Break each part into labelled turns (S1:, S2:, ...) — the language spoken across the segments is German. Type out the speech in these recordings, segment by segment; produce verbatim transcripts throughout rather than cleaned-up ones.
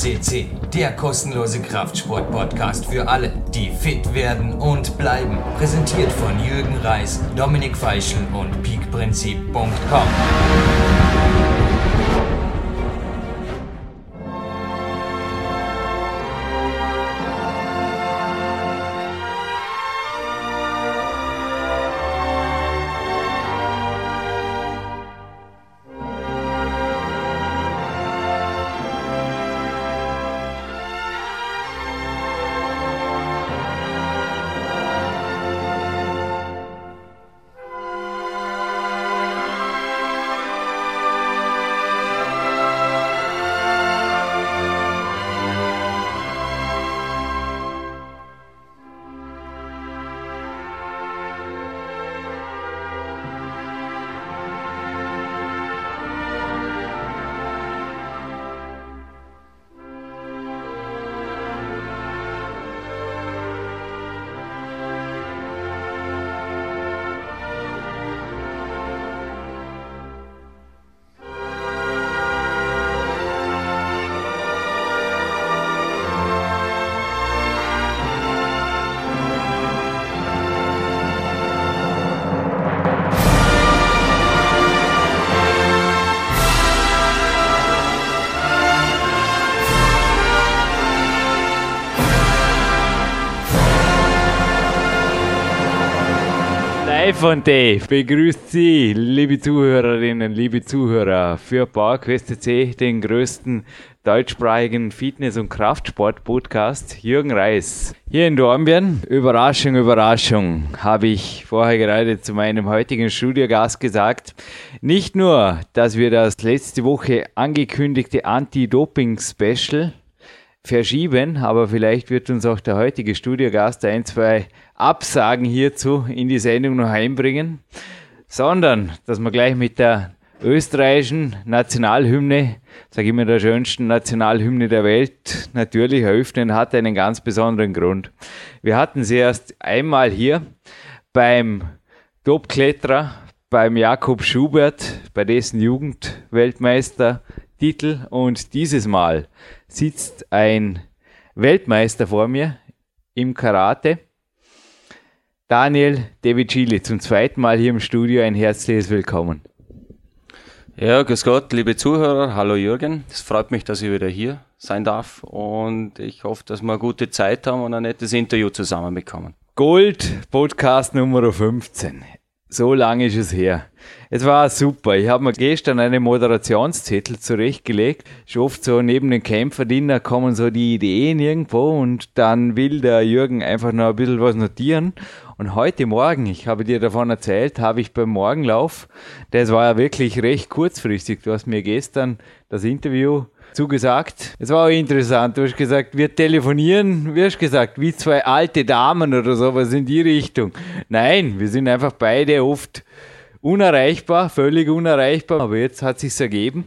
S1: C C, der kostenlose Kraftsport-Podcast für alle, die fit werden und bleiben. Präsentiert von Jürgen Reis, Dominik Feischl und peakprinzip punkt com.
S2: Live von Dave begrüßt Sie, liebe Zuhörerinnen, liebe Zuhörer, für PowerQuest C C, den größten deutschsprachigen Fitness- und Kraftsport-Podcast, Jürgen Reis. Hier in Dornbirn, Überraschung, Überraschung, habe ich vorher gerade zu meinem heutigen Studiogast gesagt, nicht nur, dass wir das letzte Woche angekündigte Anti-Doping-Special verschieben, aber vielleicht wird uns auch der heutige Studiogast ein, zwei Absagen hierzu in die Sendung noch einbringen, sondern dass wir gleich mit der österreichischen Nationalhymne, sage ich mal der schönsten Nationalhymne der Welt, natürlich eröffnen, hat einen ganz besonderen Grund. Wir hatten sie erst einmal hier beim Topkletterer, beim Jakob Schubert, bei dessen Jugendweltmeistertitel, und dieses Mal sitzt ein Weltmeister vor mir im Karate, Daniel Devicili, zum zweiten Mal hier im Studio. Ein herzliches Willkommen.
S3: Ja, grüß Gott, liebe Zuhörer. Hallo Jürgen. Es freut mich, dass ich wieder hier sein darf und ich hoffe, dass wir eine gute Zeit haben und ein nettes Interview zusammen bekommen.
S2: Gold Podcast Nummer fünfzehn. So lange ist es her. Es war super. Ich habe mir gestern einen Moderationszettel zurechtgelegt. Ist oft so, neben dem Kämpferdiener kommen so die Ideen irgendwo und dann will der Jürgen einfach noch ein bisschen was notieren. Und heute Morgen, ich habe dir davon erzählt, habe ich beim Morgenlauf, das war ja wirklich recht kurzfristig, du hast mir gestern das Interview zugesagt. Es war auch interessant, du hast gesagt, wir telefonieren, wie hast du gesagt, wie zwei alte Damen oder sowas in die Richtung. Nein, wir sind einfach beide oft unerreichbar, völlig unerreichbar, aber jetzt hat es sich ergeben.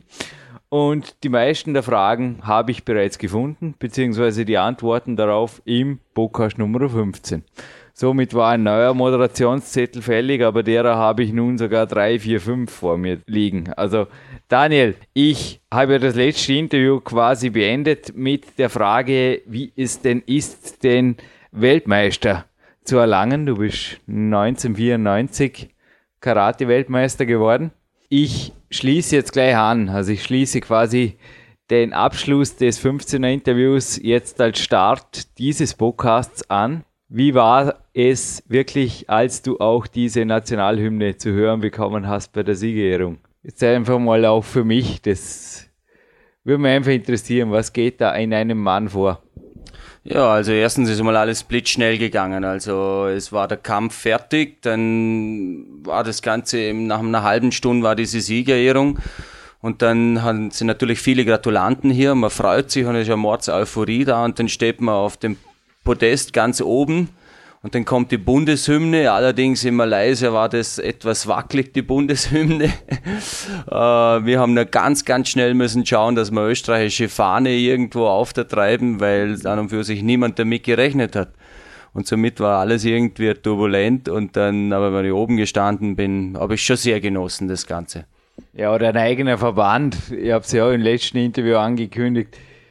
S2: Und die meisten der Fragen habe ich bereits gefunden, beziehungsweise die Antworten darauf im Podcast Nummer fünfzehn. Somit war ein neuer Moderationszettel fällig, aber derer habe ich nun sogar drei, vier, fünf vor mir liegen. Also Daniel, ich habe das letzte Interview quasi beendet mit der Frage, wie es denn ist, den Weltmeister zu erlangen. Du bist neunzehnhundertvierundneunzig Karate-Weltmeister geworden. Ich schließe jetzt gleich an, also ich schließe quasi den Abschluss des fünfzehner Interviews jetzt als Start dieses Podcasts an. Wie war es wirklich, als du auch diese Nationalhymne zu hören bekommen hast bei der Siegerehrung? Jetzt einfach mal auch für mich, das würde mich einfach interessieren, was geht da in einem Mann vor?
S3: Ja, also erstens ist mal alles blitzschnell gegangen, also es war der Kampf fertig, dann war das Ganze, nach einer halben Stunde war diese Siegerehrung und dann sind natürlich viele Gratulanten hier, man freut sich und es ist eine Mords-Euphorie da und dann steht man auf dem Podest ganz oben und dann kommt die Bundeshymne, allerdings in Malaysia war das etwas wackelig, die Bundeshymne. äh, wir haben da ganz, ganz schnell müssen schauen, dass wir österreichische Fahne irgendwo auftertreiben, weil an und für sich niemand damit gerechnet hat. Und somit war alles irgendwie turbulent und dann, aber wenn ich oben gestanden bin, habe ich schon sehr genossen, das Ganze.
S2: Ja, oder ein eigener Verband, ich habe es ja auch im letzten Interview angekündigt,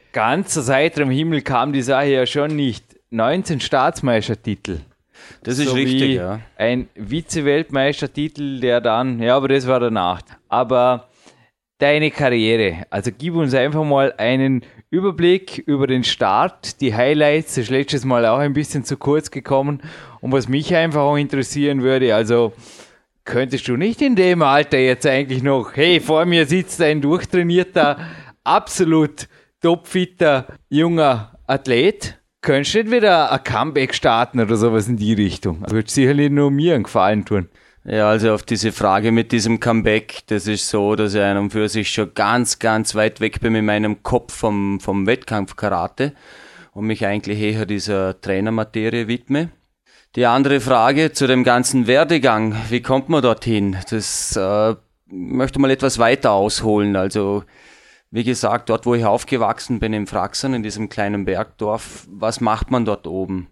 S2: ganz aus heiterem Himmel kam die Sache ja schon nicht. neunzehn Staatsmeistertitel.
S3: Das ist
S2: so
S3: richtig, ja.
S2: Ein Vize-Weltmeistertitel, der dann, ja, aber das war danach. Aber deine Karriere, also gib uns einfach mal einen Überblick über den Start, die Highlights, das ist letztes Mal auch ein bisschen zu kurz gekommen. Und was mich einfach auch interessieren würde, also könntest du nicht in dem Alter jetzt eigentlich noch, hey, vor mir sitzt ein durchtrainierter, absolut topfitter, junger Athlet, könntest du nicht wieder ein Comeback starten oder sowas in die Richtung? Das würde sicherlich nur mir einen Gefallen tun.
S3: Ja, also auf diese Frage mit diesem Comeback, das ist so, dass ich einem für sich schon ganz, ganz weit weg bin mit meinem Kopf vom, vom Wettkampf-Karate und mich eigentlich eher dieser Trainermaterie widme. Die andere Frage zu dem ganzen Werdegang, wie kommt man dorthin? Das äh, möchte mal etwas weiter ausholen. Also wie gesagt, dort wo ich aufgewachsen bin, in Fraxern, in diesem kleinen Bergdorf, was macht man dort oben?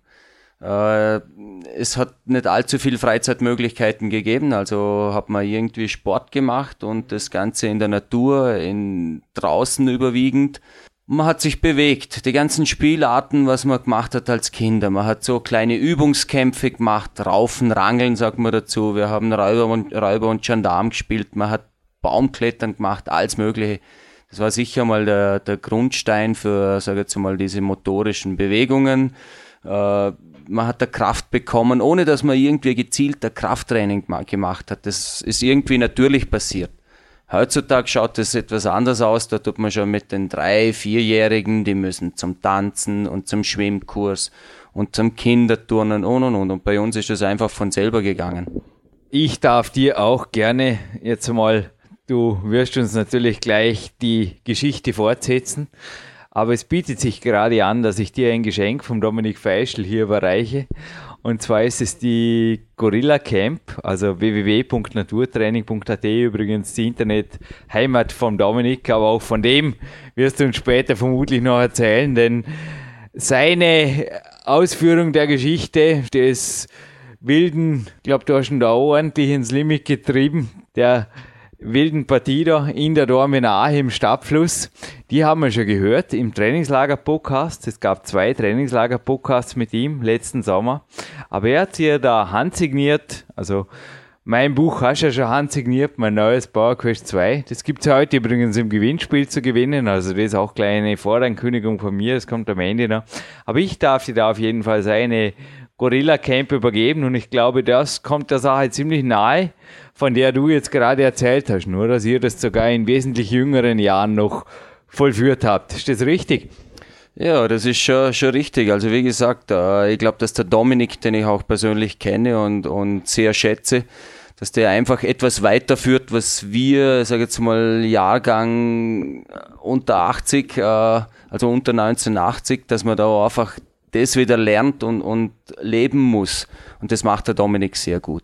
S3: Äh, es hat nicht allzu viel Freizeitmöglichkeiten gegeben, also hat man irgendwie Sport gemacht und das Ganze in der Natur, in draußen überwiegend. Man hat sich bewegt, die ganzen Spielarten, was man gemacht hat als Kinder. Man hat so kleine Übungskämpfe gemacht, Raufen, Rangeln sagt man dazu. Wir haben Räuber und, Räuber und Gendarm gespielt, man hat Baumklettern gemacht, alles Mögliche. Das war sicher mal der, der Grundstein für, sage ich jetzt mal, diese motorischen Bewegungen. Äh, man hat da Kraft bekommen, ohne dass man irgendwie gezielter Krafttraining gemacht hat. Das ist irgendwie natürlich passiert. Heutzutage schaut das etwas anders aus, da tut man schon mit den drei-, vierjährigen, die müssen zum Tanzen und zum Schwimmkurs und zum Kinderturnen und und und. Und bei uns ist das einfach von selber gegangen.
S2: Ich darf dir auch gerne jetzt mal, du wirst uns natürlich gleich die Geschichte fortsetzen, aber es bietet sich gerade an, dass ich dir ein Geschenk vom Dominik Feischl hier überreiche. Und zwar ist es die Gorilla Camp, also w w w punkt naturtraining punkt a t, übrigens die Internetheimat vom Dominik, aber auch von dem wirst du uns später vermutlich noch erzählen, denn seine Ausführung der Geschichte des wilden, ich glaube, du hast ihn da ordentlich ins Limit getrieben, der wilden Partie da in der Dorme nahe im Stadtfluss, die haben wir schon gehört im Trainingslager-Podcast. Es gab zwei Trainingslager-Podcasts mit ihm letzten Sommer, aber er hat hier da handsigniert, also mein Buch hast du ja schon handsigniert, mein neues Power Quest zwei. Das gibt es heute übrigens im Gewinnspiel zu gewinnen, also das ist auch gleich eine Vorankündigung von mir, das kommt am Ende noch. Aber ich darf dir da auf jeden Fall seine Gorilla Camp übergeben und ich glaube, das kommt der Sache ziemlich nahe, von der du jetzt gerade erzählt hast, nur dass ihr das sogar in wesentlich jüngeren Jahren noch vollführt habt. Ist das richtig?
S3: Ja, das ist schon, schon richtig. Also wie gesagt, äh, ich glaube, dass der Dominik, den ich auch persönlich kenne und, und sehr schätze, dass der einfach etwas weiterführt, was wir, sage jetzt mal, Jahrgang unter achtzig, äh, also unter neunzehnhundertachtzig, dass man da einfach das wieder lernt und, und leben muss. Und das macht der Dominik sehr gut.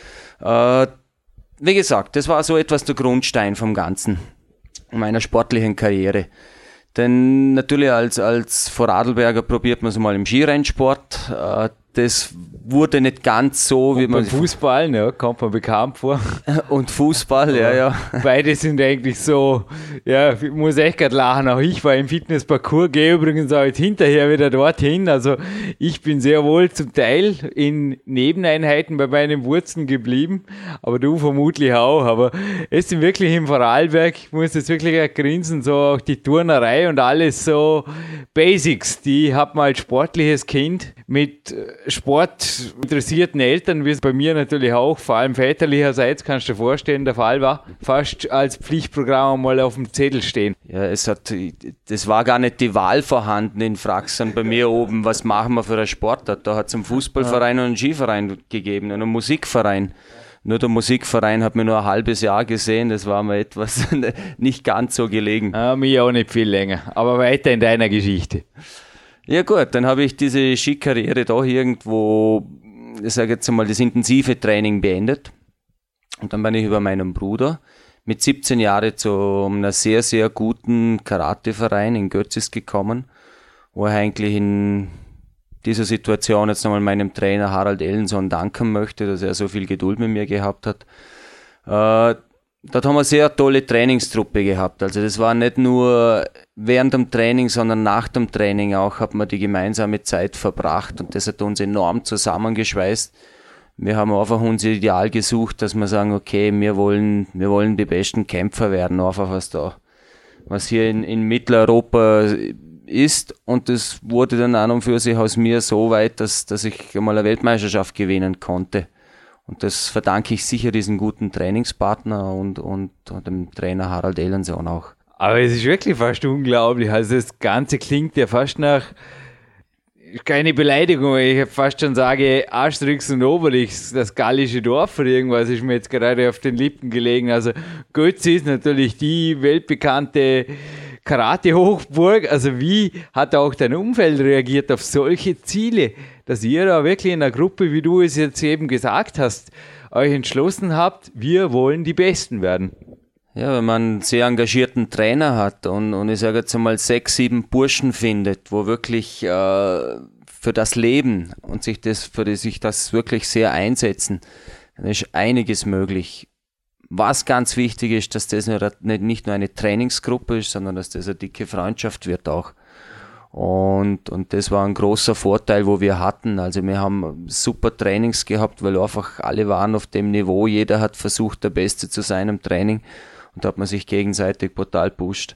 S3: Äh, wie gesagt, das war so etwas der Grundstein vom Ganzen, meiner sportlichen Karriere. Denn natürlich als, als Vorarlberger probiert man es mal im Skirennsport. Äh, das wurde nicht ganz so, wie
S2: und
S3: man...
S2: Fußball, ne, kommt man bekannt vor.
S3: Und Fußball, ja, ja.
S2: Beide sind eigentlich so, ja, ich muss echt gerade lachen, auch ich war im Fitnessparcours, gehe übrigens auch jetzt hinterher wieder dorthin, also ich bin sehr wohl zum Teil in Nebeneinheiten bei meinen Wurzeln geblieben, aber du vermutlich auch, aber es sind wirklich im Vorarlberg, ich muss jetzt wirklich auch grinsen, so auch die Turnerei und alles so Basics, die hat man als sportliches Kind mit Sport interessierten Eltern, wie es bei mir natürlich auch, vor allem väterlicherseits, kannst du dir vorstellen, der Fall war, fast als Pflichtprogramm mal auf dem Zettel stehen.
S3: Ja, es hat, das war gar nicht die Wahl vorhanden in Fraxern bei mir oben, was machen wir für einen Sportart. Da hat es einen Fußballverein und einen Skiverein gegeben, einen Musikverein. Nur der Musikverein hat mir nur ein halbes Jahr gesehen, das war mir etwas nicht ganz so gelegen.
S2: Ja, mir auch nicht viel länger, aber weiter in deiner Geschichte.
S3: Ja gut, dann habe ich diese Skikarriere da irgendwo, ich sage jetzt mal, das intensive Training beendet. Und dann bin ich über meinen Bruder mit siebzehn Jahren zu einem sehr, sehr guten Karateverein in Götzis gekommen, wo ich eigentlich in dieser Situation jetzt nochmal meinem Trainer Harald Ellenson danken möchte, dass er so viel Geduld mit mir gehabt hat. Äh, dort haben wir eine sehr tolle Trainingstruppe gehabt. Also das war nicht nur während dem Training, sondern nach dem Training auch hat man die gemeinsame Zeit verbracht und das hat uns enorm zusammengeschweißt. Wir haben einfach unser Ideal gesucht, dass wir sagen, okay, wir wollen, wir wollen die besten Kämpfer werden, einfach was da, was hier in, in Mitteleuropa ist, und das wurde dann an und für sich aus mir so weit, dass, dass ich einmal eine Weltmeisterschaft gewinnen konnte. Und das verdanke ich sicher diesen guten Trainingspartner und, und, und dem Trainer Harald Ellenson auch.
S2: Aber es ist wirklich fast unglaublich. Also das Ganze klingt ja fast nach, keine Beleidigung, ich fast schon sage Asterix und Obelix, das gallische Dorf oder irgendwas ist mir jetzt gerade auf den Lippen gelegen. Also Götze ist natürlich die weltbekannte Karate-Hochburg. Also wie hat auch dein Umfeld reagiert auf solche Ziele, dass ihr da wirklich in einer Gruppe, wie du es jetzt eben gesagt hast, euch entschlossen habt, wir wollen die Besten werden?
S3: Ja, wenn man einen sehr engagierten Trainer hat und, und ich sage jetzt einmal sechs, sieben Burschen findet, wo wirklich äh, für das Leben und sich das, für die sich das wirklich sehr einsetzen, dann ist einiges möglich. Was ganz wichtig ist, dass das nicht, nicht nur eine Trainingsgruppe ist, sondern dass das eine dicke Freundschaft wird auch. Und, und das war ein großer Vorteil, wo wir hatten. Also wir haben super Trainings gehabt, weil einfach alle waren auf dem Niveau. Jeder hat versucht, der Beste zu sein im Training. Und da hat man sich gegenseitig brutal pusht.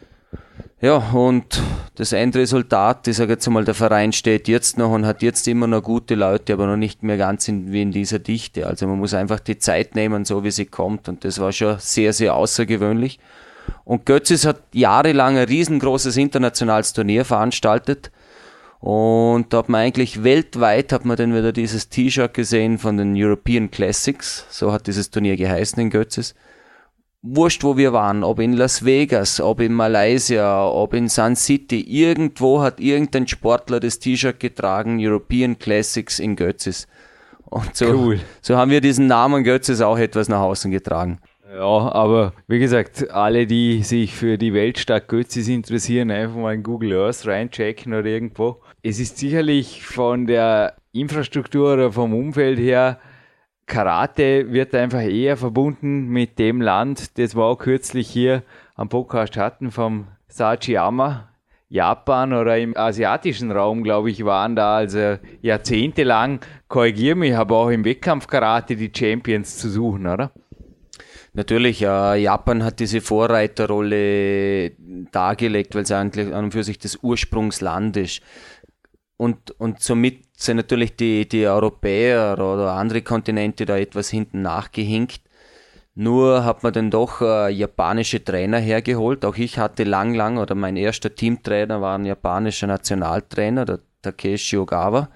S3: Ja, und das Endresultat, ich sage jetzt einmal, der Verein steht jetzt noch und hat jetzt immer noch gute Leute, aber noch nicht mehr ganz in, wie in dieser Dichte. Also man muss einfach die Zeit nehmen, so wie sie kommt. Und das war schon sehr, sehr außergewöhnlich. Und Götzis hat jahrelang ein riesengroßes internationales Turnier veranstaltet. Und da hat man eigentlich weltweit, hat man dann wieder dieses T-Shirt gesehen von den European Classics. So hat dieses Turnier geheißen in Götzis. Wurscht, wo wir waren, ob in Las Vegas, ob in Malaysia, ob in Sun City, irgendwo hat irgendein Sportler das T-Shirt getragen, European Classics in Götzis. Und so, cool. So haben wir diesen Namen Götzis auch etwas nach außen getragen.
S2: Ja, aber wie gesagt, alle, die sich für die Weltstadt Götzis interessieren, einfach mal in Google Earth reinchecken oder irgendwo. Es ist sicherlich von der Infrastruktur oder vom Umfeld her, Karate wird einfach eher verbunden mit dem Land, das wir auch kürzlich hier am Podcast hatten, vom Sachiyama, Japan oder im asiatischen Raum, glaube ich, waren da also jahrzehntelang, korrigiere mich, aber auch im Wettkampf-Karate die Champions zu suchen, oder?
S3: Natürlich, äh, Japan hat diese Vorreiterrolle dargelegt, weil es eigentlich an und für sich das Ursprungsland ist. Und, und somit sind natürlich die, die Europäer oder andere Kontinente da etwas hinten nachgehinkt. Nur hat man dann doch äh, japanische Trainer hergeholt. Auch ich hatte lang, lang, oder mein erster Teamtrainer war ein japanischer Nationaltrainer, der Takeshi Ogawa.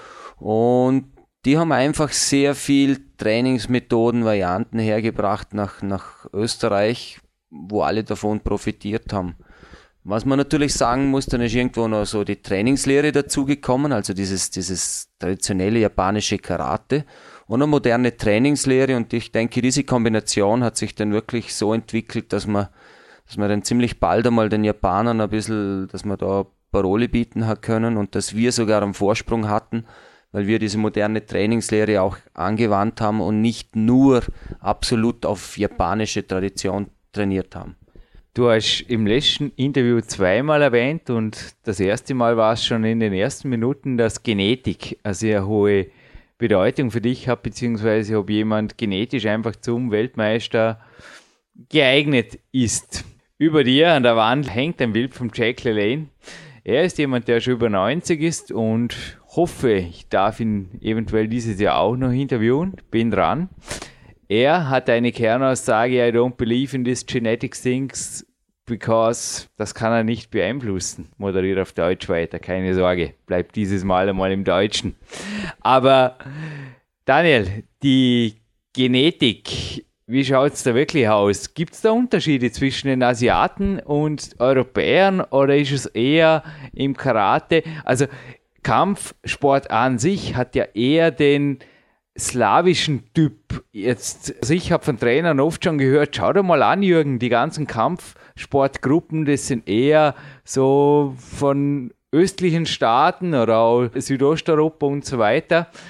S3: Und die haben einfach sehr viel Trainingsmethoden, Varianten hergebracht nach, nach Österreich, wo alle davon profitiert haben. Was man natürlich sagen muss, dann ist irgendwo noch so die Trainingslehre dazugekommen, also dieses, dieses traditionelle japanische Karate und eine moderne Trainingslehre, und ich denke, diese Kombination hat sich dann wirklich so entwickelt, dass man, dass man dann ziemlich bald einmal den Japanern ein bisschen, dass man da Parole bieten hat können und dass wir sogar einen Vorsprung hatten, weil wir diese moderne Trainingslehre auch angewandt haben und nicht nur absolut auf japanische Tradition trainiert haben.
S2: Du hast im letzten Interview zweimal erwähnt und das erste Mal war es schon in den ersten Minuten, dass Genetik eine sehr hohe Bedeutung für dich hat, beziehungsweise ob jemand genetisch einfach zum Weltmeister geeignet ist. Über dir an der Wand hängt ein Bild von Jack LaLanne. Er ist jemand, der schon über neunzig ist und hoffe, ich darf ihn eventuell dieses Jahr auch noch interviewen. Bin dran. Er hat eine Kernaussage, I don't believe in these genetic things, because das kann er nicht beeinflussen. Moderiert auf Deutsch weiter, keine Sorge, bleibt dieses Mal einmal im Deutschen. Aber Daniel, die Genetik, wie schaut es da wirklich aus? Gibt es da Unterschiede zwischen den Asiaten und Europäern oder ist es eher im Karate? Also Kampfsport an sich hat ja eher den slawischen Typ. Jetzt, also ich habe von Trainern oft schon gehört, schau dir mal an, Jürgen, die ganzen Kampfsportgruppen, das sind eher so von östlichen Staaten oder auch Südosteuropa und so weiter.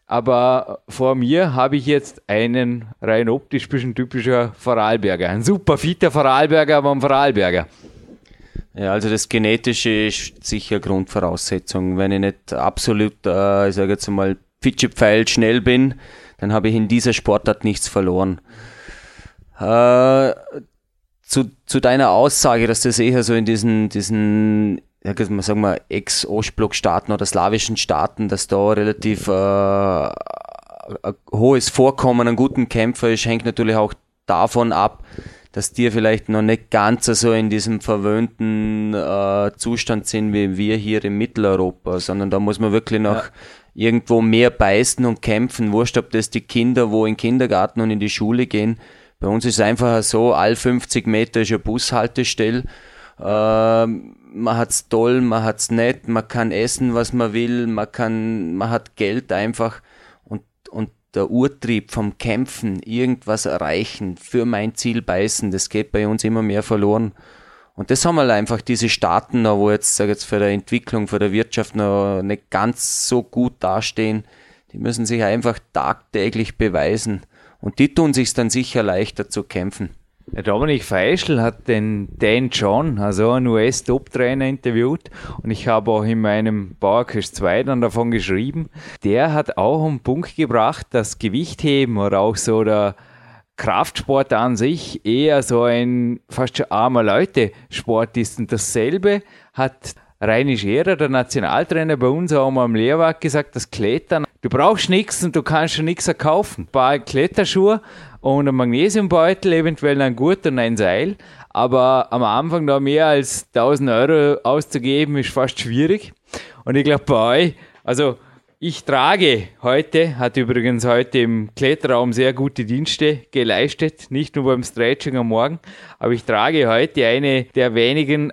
S2: Aber vor mir habe ich jetzt einen rein optisch bisschen typischer Vorarlberger. Ein super fitter Vorarlberger, aber ein Vorarlberger.
S3: Ja, also das Genetische ist sicher Grundvoraussetzung. Wenn ich nicht absolut, äh, ich sage jetzt mal, Pitschepfeil schnell bin, dann habe ich in dieser Sportart nichts verloren. Äh, zu, zu deiner Aussage, dass das eher so in diesen, diesen ja, sagen wir, Ex-Ostblock-Staaten oder slawischen Staaten, dass da relativ äh, ein hohes Vorkommen an guten Kämpfern ist, hängt natürlich auch davon ab, dass die vielleicht noch nicht ganz so in diesem verwöhnten äh, Zustand sind wie wir hier in Mitteleuropa, sondern da muss man wirklich noch ja. irgendwo mehr beißen und kämpfen. Wurscht, ob das die Kinder, wo in den Kindergarten und in die Schule gehen. Bei uns ist es einfach so, all fünfzig Meter ist eine Bushaltestelle. Äh, man hat's toll, man hat's nett, man kann essen, was man will, man kann, man hat Geld einfach und, und der Urtrieb vom Kämpfen, irgendwas erreichen, für mein Ziel beißen, das geht bei uns immer mehr verloren. Und das haben wir einfach diese Staaten, wo jetzt, sag jetzt für die Entwicklung, für die Wirtschaft noch nicht ganz so gut dastehen, die müssen sich einfach tagtäglich beweisen. Und die tun sich dann sicher leichter zu kämpfen.
S2: Der Dominik Feischl hat den Dan John, also einen U S-Top-Trainer, interviewt und ich habe auch in meinem PowerQuest zwei dann davon geschrieben. Der hat auch einen Punkt gebracht, dass Gewichtheben oder auch so der Kraftsport an sich eher so ein fast schon armer Leute-Sport ist. Und dasselbe hat Reini Scherer, der Nationaltrainer bei uns, auch mal am Lehrwerk gesagt, das Klettern, du brauchst nichts und du kannst schon nichts kaufen. Ein paar Kletterschuhe und ein Magnesiumbeutel, eventuell ein Gurt und ein Seil. Aber am Anfang da mehr als tausend Euro auszugeben, ist fast schwierig. Und ich glaube bei euch, also ich trage heute, hat übrigens heute im Kletterraum sehr gute Dienste geleistet, nicht nur beim Stretching am Morgen, aber ich trage heute eine der wenigen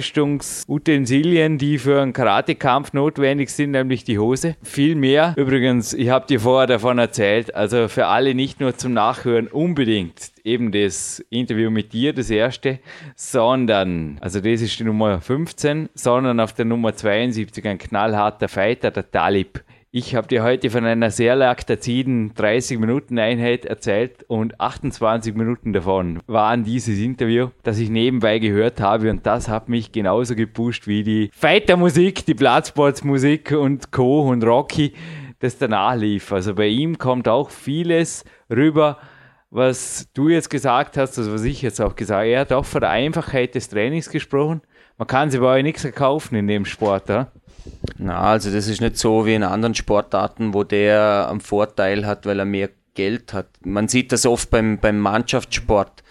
S2: Ausrüstungsutensilien, die für einen Karatekampf notwendig sind, nämlich die Hose. Viel mehr, übrigens, ich habe dir vorher davon erzählt, also für alle nicht nur zum Nachhören unbedingt eben das Interview mit dir, das erste, sondern, also das ist die Nummer fünfzehn, sondern auf der Nummer zweiundsiebzig ein knallharter Fighter, der Talib. Ich habe dir heute von einer sehr laktaziden dreißig-Minuten-Einheit erzählt und achtundzwanzig Minuten davon waren dieses Interview, das ich nebenbei gehört habe und das hat mich genauso gepusht wie die Fighter-Musik, die Bloodsports-Musik und Co. und Rocky, das danach lief. Also bei ihm kommt auch vieles rüber, was du jetzt gesagt hast, also was ich jetzt auch gesagt habe. Er hat auch von der Einfachheit des Trainings gesprochen. Man kann sich bei euch nichts kaufen in dem Sport, oder?
S3: Na, also das ist nicht so wie in anderen Sportarten, wo der einen Vorteil hat, weil er mehr Geld hat. Man sieht das oft beim, beim Mannschaftssport,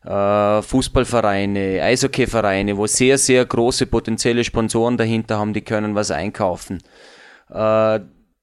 S3: äh, Fußballvereine, Eishockeyvereine, wo sehr, sehr große potenzielle Sponsoren dahinter haben, die können was einkaufen. Äh,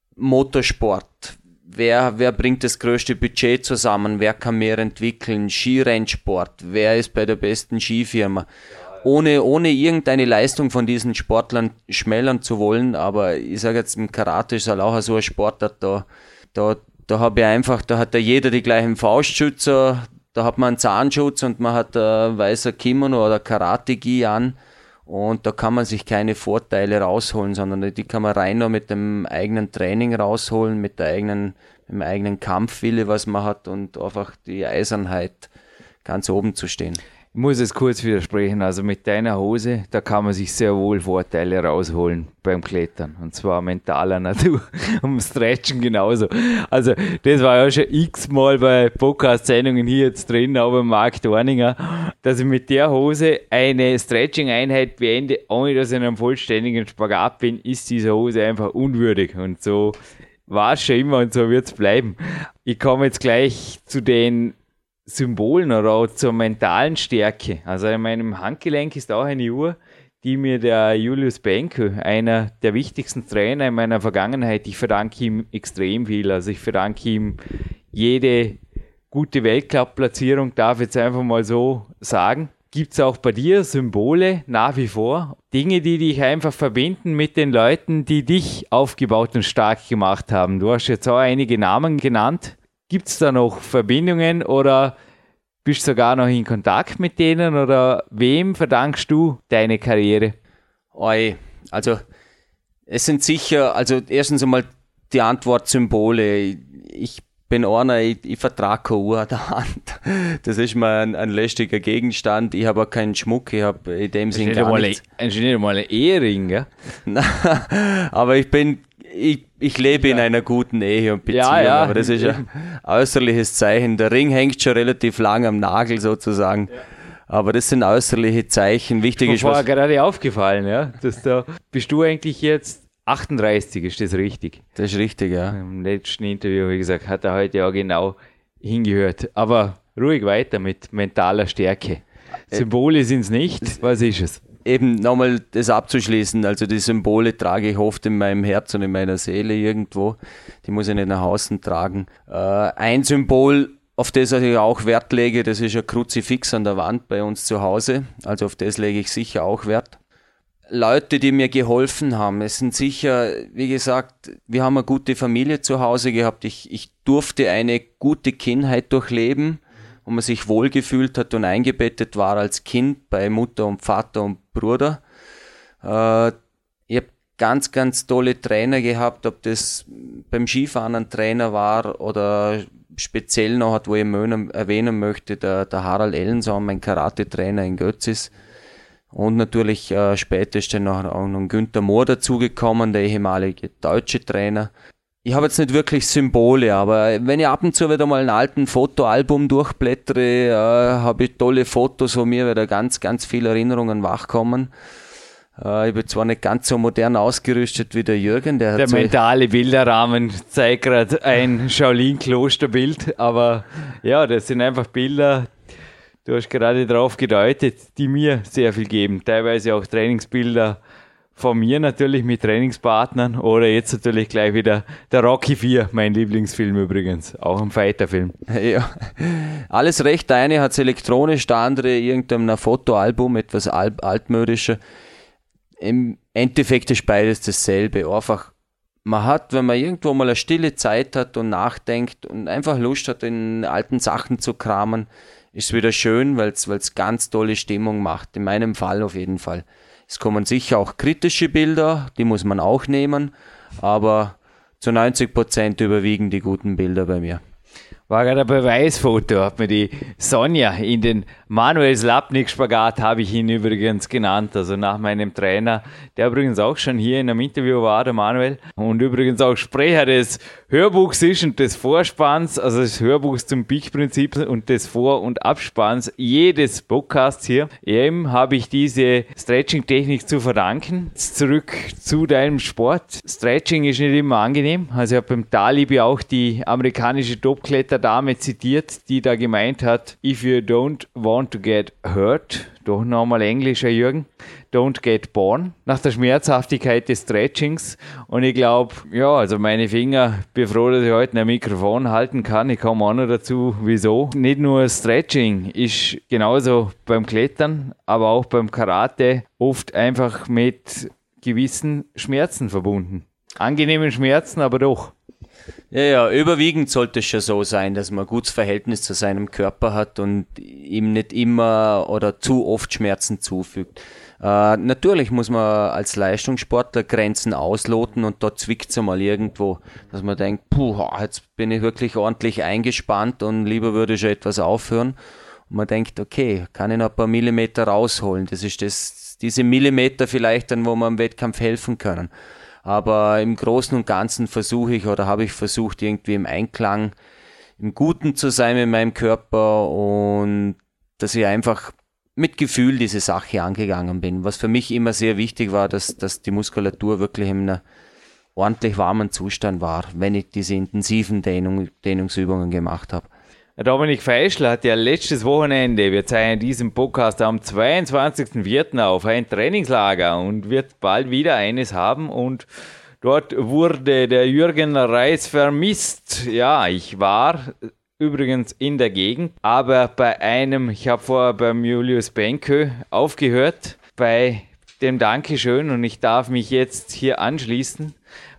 S3: Motorsport, wer, wer bringt das größte Budget zusammen, wer kann mehr entwickeln, Skirennsport, wer ist bei der besten Skifirma. Ohne, ohne irgendeine Leistung von diesen Sportlern schmälern zu wollen, aber ich sage jetzt, im Karate ist halt auch so ein Sportart, da, da, da habe ich einfach, da hat ja jeder die gleichen Faustschützer, da hat man einen Zahnschutz und man hat ein weißer Kimono oder Karate-Gi an und da kann man sich keine Vorteile rausholen, sondern die kann man rein nur mit dem eigenen Training rausholen, mit der eigenen, mit dem eigenen Kampfwille, was man hat und einfach die Eisernheit ganz oben zu stehen.
S2: Ich muss es kurz widersprechen, also mit deiner Hose, da kann man sich sehr wohl Vorteile rausholen beim Klettern und zwar mentaler Natur, um Stretchen genauso. Also das war ja schon x-mal bei Podcast-Sendungen hier jetzt drin, aber Marc Dorninger, dass ich mit der Hose eine Stretching-Einheit beende, ohne dass ich in einem vollständigen Spagat bin, ist diese Hose einfach unwürdig und so war es schon immer und so wird es bleiben. Ich komme jetzt gleich zu den Symbolen oder auch zur mentalen Stärke. Also in meinem Handgelenk ist auch eine Uhr, die mir der Julius Benko, einer der wichtigsten Trainer in meiner Vergangenheit, ich verdanke ihm extrem viel. Also ich verdanke ihm jede gute Weltcup-Platzierung, darf ich jetzt einfach mal so sagen. Gibt es auch bei dir Symbole nach wie vor? Dinge, die dich einfach verbinden mit den Leuten, die dich aufgebaut und stark gemacht haben. Du hast jetzt auch einige Namen genannt. Gibt es da noch Verbindungen oder bist du sogar noch in Kontakt mit denen oder wem verdankst du deine Karriere?
S3: Oi, also es sind sicher, also erstens einmal die Antwort Symbole. Ich bin einer, ich, ich vertrage keine Uhr an der Hand. Das ist mir ein, ein lästiger Gegenstand. Ich habe auch keinen Schmuck, ich habe in dem Sinn gar nichts.
S2: Ein nicht mal ein Ehering, gell?
S3: Aber ich bin, ich, ich lebe ja. in einer guten Ehe und Beziehung,
S2: ja, ja.
S3: aber das ist ein äußerliches Zeichen. Der Ring hängt schon relativ lang am Nagel sozusagen. Ja. Aber das sind äußerliche Zeichen. Wichtig ist,
S2: mir war gerade aufgefallen, ja, dass da, bist du eigentlich jetzt achtunddreißig, ist das richtig?
S3: Das ist richtig, ja.
S2: Im letzten Interview, wie gesagt, hat er heute ja genau hingehört. Aber ruhig weiter mit mentaler Stärke. Symbole sind es nicht. Was ist es?
S3: Eben nochmal das abzuschließen. Also die Symbole trage ich oft in meinem Herz und in meiner Seele irgendwo. Die muss ich nicht nach außen tragen. Äh, ein Symbol, auf das ich auch Wert lege, das ist ein Kruzifix an der Wand bei uns zu Hause. Also auf das lege ich sicher auch Wert. Leute, die mir geholfen haben, es sind sicher, wie gesagt, wir haben eine gute Familie zu Hause gehabt. Ich, ich durfte eine gute Kindheit durchleben, wo man sich wohlgefühlt hat und eingebettet war als Kind bei Mutter und Vater und Bruder. Äh, ich habe ganz, ganz tolle Trainer gehabt, ob das beim Skifahren ein Trainer war oder speziell noch hat, wo ich erwähnen möchte, der, der Harald Ellensaum, mein Karate-Trainer in Götzis. Und natürlich äh, später ist dann noch, auch noch Günther Mohr dazugekommen, der ehemalige deutsche Trainer. Ich habe jetzt nicht wirklich Symbole, aber wenn ich ab und zu wieder mal ein alten Fotoalbum durchblättere, äh, habe ich tolle Fotos, wo mir wieder ganz, ganz viele Erinnerungen wachkommen. Äh, ich bin zwar nicht ganz so modern ausgerüstet wie der Jürgen. Der,
S2: der
S3: hat so
S2: mentale Bilderrahmen zeigt gerade ein Shaolin-Klosterbild, aber ja, das sind einfach Bilder, du hast gerade darauf gedeutet, die mir sehr viel geben. Teilweise auch Trainingsbilder von mir natürlich mit Trainingspartnern oder jetzt natürlich gleich wieder der Rocky vier, mein Lieblingsfilm übrigens, auch ein Fighterfilm.
S3: Ja, alles recht. Der eine hat es elektronisch, der andere irgendein Fotoalbum, etwas alt, altmodischer. Im Endeffekt ist beides dasselbe. Einfach, man hat, wenn man irgendwo mal eine stille Zeit hat und nachdenkt und einfach Lust hat, in alten Sachen zu kramen, ist es wieder schön, weil es ganz tolle Stimmung macht. In meinem Fall auf jeden Fall. Es kommen sicher auch kritische Bilder, die muss man auch nehmen, aber zu neunzig Prozent überwiegen die guten Bilder bei mir.
S2: War gerade ein Beweisfoto, hat mir die Sonja in den Manuel Slapnik-Spagat, habe ich ihn übrigens genannt, also nach meinem Trainer, der übrigens auch schon hier in einem Interview war, der Manuel, und übrigens auch Sprecher des Hörbuchs ist und des Vorspanns, also des Hörbuchs zum Peak-Prinzip und des Vor- und Abspanns jedes Podcasts hier. Eben habe ich diese Stretching-Technik zu verdanken. Zurück zu deinem Sport. Stretching ist nicht immer angenehm, also ich habe beim Talibi auch die amerikanische Topkletterdame zitiert, die da gemeint hat, if you don't want to get hurt, doch nochmal englischer Jürgen, don't get born, nach der Schmerzhaftigkeit des Stretchings. Und ich glaube, ja, also meine Finger, bin froh, dass ich heute ein Mikrofon halten kann. Ich komme auch noch dazu, wieso. Nicht nur Stretching ist genauso beim Klettern, aber auch beim Karate oft einfach mit gewissen Schmerzen verbunden. Angenehmen Schmerzen, aber doch.
S3: Ja, ja, überwiegend sollte es schon so sein, dass man ein gutes Verhältnis zu seinem Körper hat und ihm nicht immer oder zu oft Schmerzen zufügt. Äh, natürlich muss man als Leistungssportler Grenzen ausloten und dort zwickt es einmal irgendwo, dass man denkt, puh, jetzt bin ich wirklich ordentlich eingespannt und lieber würde ich schon etwas aufhören. Und man denkt, okay, kann ich noch ein paar Millimeter rausholen. Das ist das, diese Millimeter vielleicht dann, wo wir im Wettkampf helfen können. Aber im Großen und Ganzen versuche ich oder habe ich versucht, irgendwie im Einklang, im Guten zu sein mit meinem Körper und dass ich einfach mit Gefühl diese Sache angegangen bin. Was für mich immer sehr wichtig war, dass, dass die Muskulatur wirklich in einem ordentlich warmen Zustand war, wenn ich diese intensiven Dehnung, Dehnungsübungen gemacht habe.
S2: Dominik Feischl hat ja letztes Wochenende, wir zeigen diesen Podcast am zweiundzwanzigsten vierten auf, ein Trainingslager und wird bald wieder eines haben und dort wurde der Jürgen Reis vermisst. Ja, ich war übrigens in der Gegend, aber bei einem, ich habe vorher beim Julius Benkö aufgehört, bei dem Dankeschön und ich darf mich jetzt hier anschließen,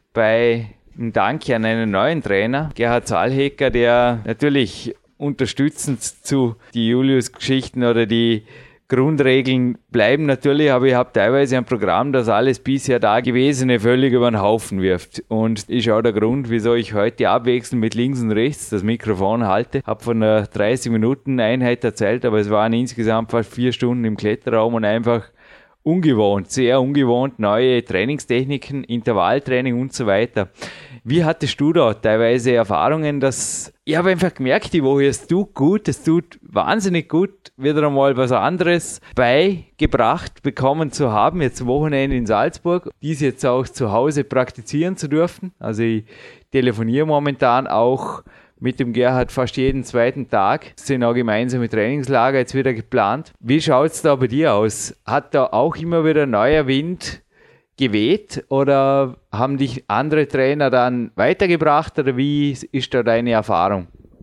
S2: bei einem Danke an einen neuen Trainer, Gerhard Zahlhecker, der natürlich unterstützend zu die Julius-Geschichten oder die Grundregeln bleiben natürlich, aber ich habe teilweise ein Programm, das alles bisher Dagewesene völlig über den Haufen wirft. Und ist auch der Grund, wieso ich heute abwechselnd mit links und rechts das Mikrofon halte. Habe von einer dreißig Minuten Einheit erzählt, aber es waren insgesamt fast vier Stunden im Kletterraum und einfach ungewohnt, sehr ungewohnt, neue Trainingstechniken, Intervalltraining und so weiter. Wie hattest du da teilweise Erfahrungen, dass ich habe einfach gemerkt, die Woche, es tut gut, es tut wahnsinnig gut, wieder einmal was anderes beigebracht bekommen zu haben, jetzt Wochenende in Salzburg, dies jetzt auch zu Hause praktizieren zu dürfen. Also ich telefoniere momentan auch mit dem Gerhard fast jeden zweiten Tag. Es sind auch gemeinsame Trainingslager jetzt wieder geplant. Wie schaut es da bei dir aus? Hat da auch immer wieder neuer Wind geweht oder haben dich andere Trainer dann weitergebracht oder wie ist da deine Erfahrung?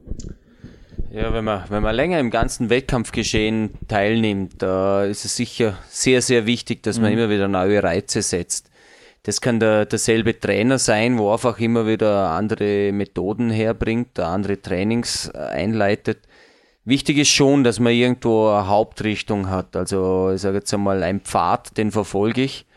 S3: Ja, wenn man, wenn man länger im ganzen Wettkampfgeschehen teilnimmt, da ist es sicher sehr, sehr wichtig, dass man mhm. immer wieder neue Reize setzt. Das kann der, derselbe Trainer sein, wo einfach immer wieder andere Methoden herbringt, andere Trainings einleitet. Wichtig ist schon, dass man irgendwo eine Hauptrichtung hat. Also ich sage jetzt einmal, ein Pfad, den verfolge ich.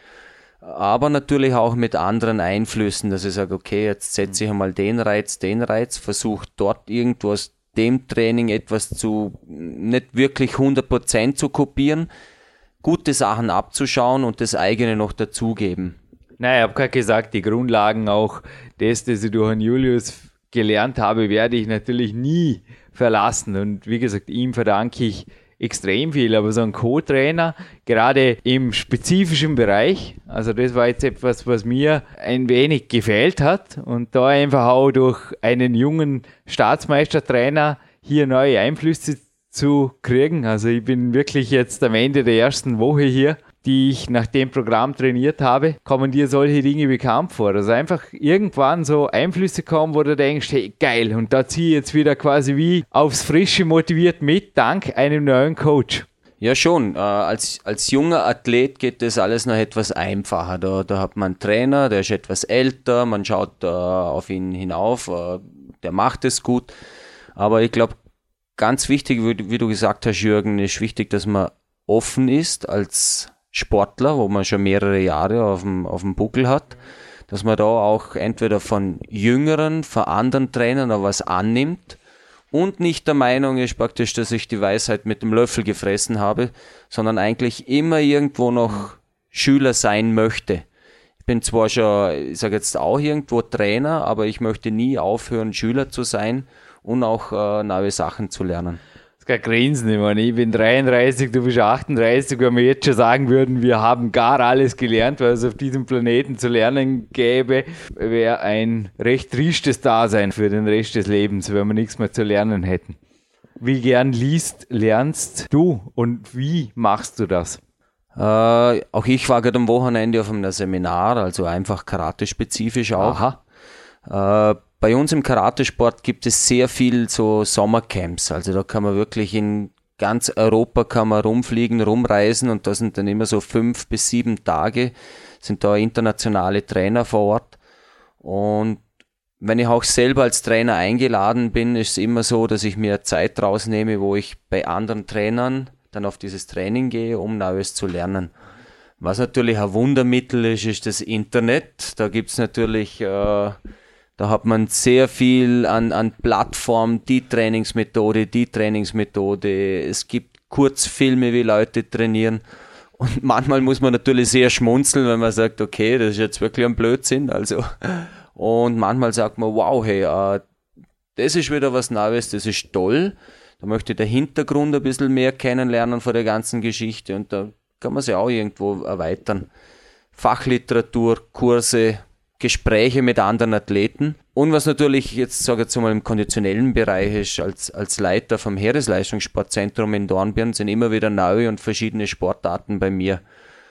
S3: Aber natürlich auch mit anderen Einflüssen, dass ich sage, okay, jetzt setze ich einmal den Reiz, den Reiz, versuche dort irgendwo aus dem Training etwas zu, nicht wirklich hundert Prozent zu kopieren, gute Sachen abzuschauen und das eigene noch dazugeben.
S2: Nein, ich habe gerade gesagt, die Grundlagen auch, das, das ich durch den Julius gelernt habe, werde ich natürlich nie verlassen. Und wie gesagt, ihm verdanke ich extrem viel, aber so ein Co-Trainer, gerade im spezifischen Bereich, also das war jetzt etwas, was mir ein wenig gefehlt hat und da einfach auch durch einen jungen Staatsmeistertrainer hier neue Einflüsse zu kriegen. Also ich bin wirklich jetzt am Ende der ersten Woche hier, die ich nach dem Programm trainiert habe, kommen dir solche Dinge bekannt vor. Also einfach irgendwann so Einflüsse kommen, wo du denkst, hey, geil, und da ziehe ich jetzt wieder quasi wie aufs Frische motiviert mit, dank einem neuen Coach.
S3: Ja schon, äh, als, als junger Athlet geht das alles noch etwas einfacher. Da, da hat man einen Trainer, der ist etwas älter, man schaut äh, auf ihn hinauf, äh, der macht es gut. Aber ich glaube, ganz wichtig, wie, wie du gesagt hast, Jürgen, ist wichtig, dass man offen ist als Sportler, wo man schon mehrere Jahre auf dem, auf dem Buckel hat, dass man da auch entweder von jüngeren, von anderen Trainern noch was annimmt und nicht der Meinung ist praktisch, dass ich die Weisheit mit dem Löffel gefressen habe, sondern eigentlich immer irgendwo noch Schüler sein möchte. Ich bin zwar schon, ich sage jetzt auch irgendwo Trainer, aber ich möchte nie aufhören, Schüler zu sein und auch äh, neue Sachen zu lernen.
S2: Kein Grinsen, ich meine, ich bin dreiunddreißig, du bist achtunddreißig, wenn wir jetzt schon sagen würden, wir haben gar alles gelernt, was es auf diesem Planeten zu lernen gäbe, wäre ein recht tristes Dasein für den Rest des Lebens, wenn wir nichts mehr zu lernen hätten. Wie gern liest, lernst du und wie machst du das?
S3: Äh, auch ich war gerade am Wochenende auf einem Seminar, also einfach Karate-spezifisch auch. Aha. Äh, Bei uns im Karatesport gibt es sehr viel so Sommercamps, also da kann man wirklich in ganz Europa kann man rumfliegen, rumreisen und da sind dann immer so fünf bis sieben Tage, sind da internationale Trainer vor Ort und wenn ich auch selber als Trainer eingeladen bin, ist es immer so, dass ich mir Zeit rausnehme, wo ich bei anderen Trainern dann auf dieses Training gehe, um Neues zu lernen. Was natürlich ein Wundermittel ist, ist das Internet, da gibt es natürlich... Äh, Da hat man sehr viel an, an Plattformen, die Trainingsmethode, die Trainingsmethode. Es gibt Kurzfilme, wie Leute trainieren. Und manchmal muss man natürlich sehr schmunzeln, wenn man sagt, okay, das ist jetzt wirklich ein Blödsinn. Also, und manchmal sagt man, wow, hey, äh, das ist wieder was Neues, das ist toll. Da möchte ich den Hintergrund ein bisschen mehr kennenlernen von der ganzen Geschichte und da kann man sich auch irgendwo erweitern. Fachliteratur, Kurse, Gespräche mit anderen Athleten. Und was natürlich jetzt, sage ich jetzt mal, im konditionellen Bereich ist, als, als Leiter vom Heeresleistungssportzentrum in Dornbirn sind immer wieder neue und verschiedene Sportarten bei mir.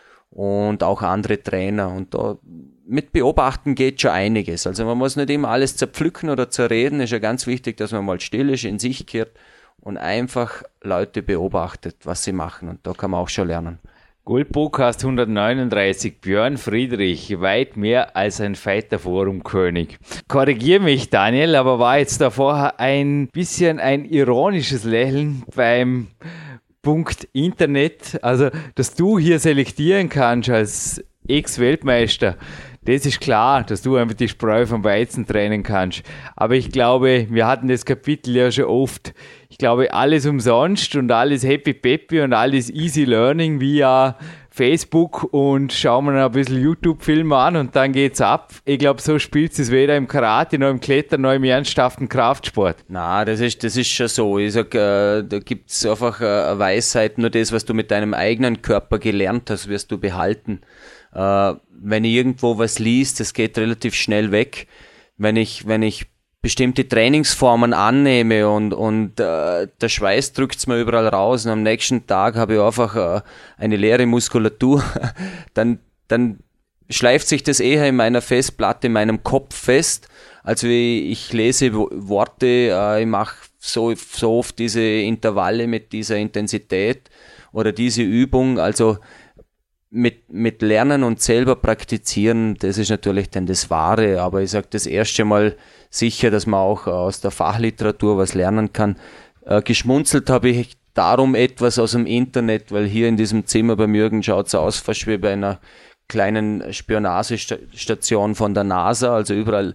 S3: Und auch andere Trainer. Und da mit Beobachten geht schon einiges. Also man muss nicht immer alles zerpflücken oder zerreden. Es ist ja ganz wichtig, dass man mal still ist, in sich kehrt und einfach Leute beobachtet, was sie machen. Und da kann man auch schon lernen.
S2: Gold-Podcast hundertneununddreißig, Björn Friedrich, weit mehr als ein Fighter-Forum-König. Korrigiere mich, Daniel, aber war jetzt da vorher ein bisschen ein ironisches Lächeln beim Punkt Internet, also dass du hier selektieren kannst als Ex-Weltmeister, das ist klar, dass du einfach die Spreu vom Weizen trennen kannst. Aber ich glaube, wir hatten das Kapitel ja schon oft, ich glaube, alles umsonst und alles happy peppy und alles easy learning via Facebook und schauen wir ein bisschen YouTube-Filme an und dann geht's ab. Ich glaube, so spielt es weder im Karate, noch im Klettern, noch im ernsthaften Kraftsport.
S3: Na, das ist, das ist schon so. Ich sag, äh, da gibt's einfach äh, eine Weisheit, nur das, was du mit deinem eigenen Körper gelernt hast, wirst du behalten. Äh, wenn ich irgendwo was liest, das geht relativ schnell weg. Wenn ich, wenn ich bestimmte Trainingsformen annehme und, und äh, der Schweiß drückt's mir überall raus und am nächsten Tag habe ich einfach äh, eine leere Muskulatur, dann, dann schleift sich das eher in meiner Festplatte, in meinem Kopf fest, als wie ich lese Worte, äh, ich mache so, so oft diese Intervalle mit dieser Intensität oder diese Übung, also Mit, mit Lernen und selber praktizieren, das ist natürlich dann das Wahre, aber ich sage das erste Mal sicher, dass man auch aus der Fachliteratur was lernen kann. Äh, geschmunzelt habe ich darum etwas aus dem Internet, weil hier in diesem Zimmer beim Jürgen schaut es aus, fast wie bei einer kleinen Spionagestation von der NASA, also überall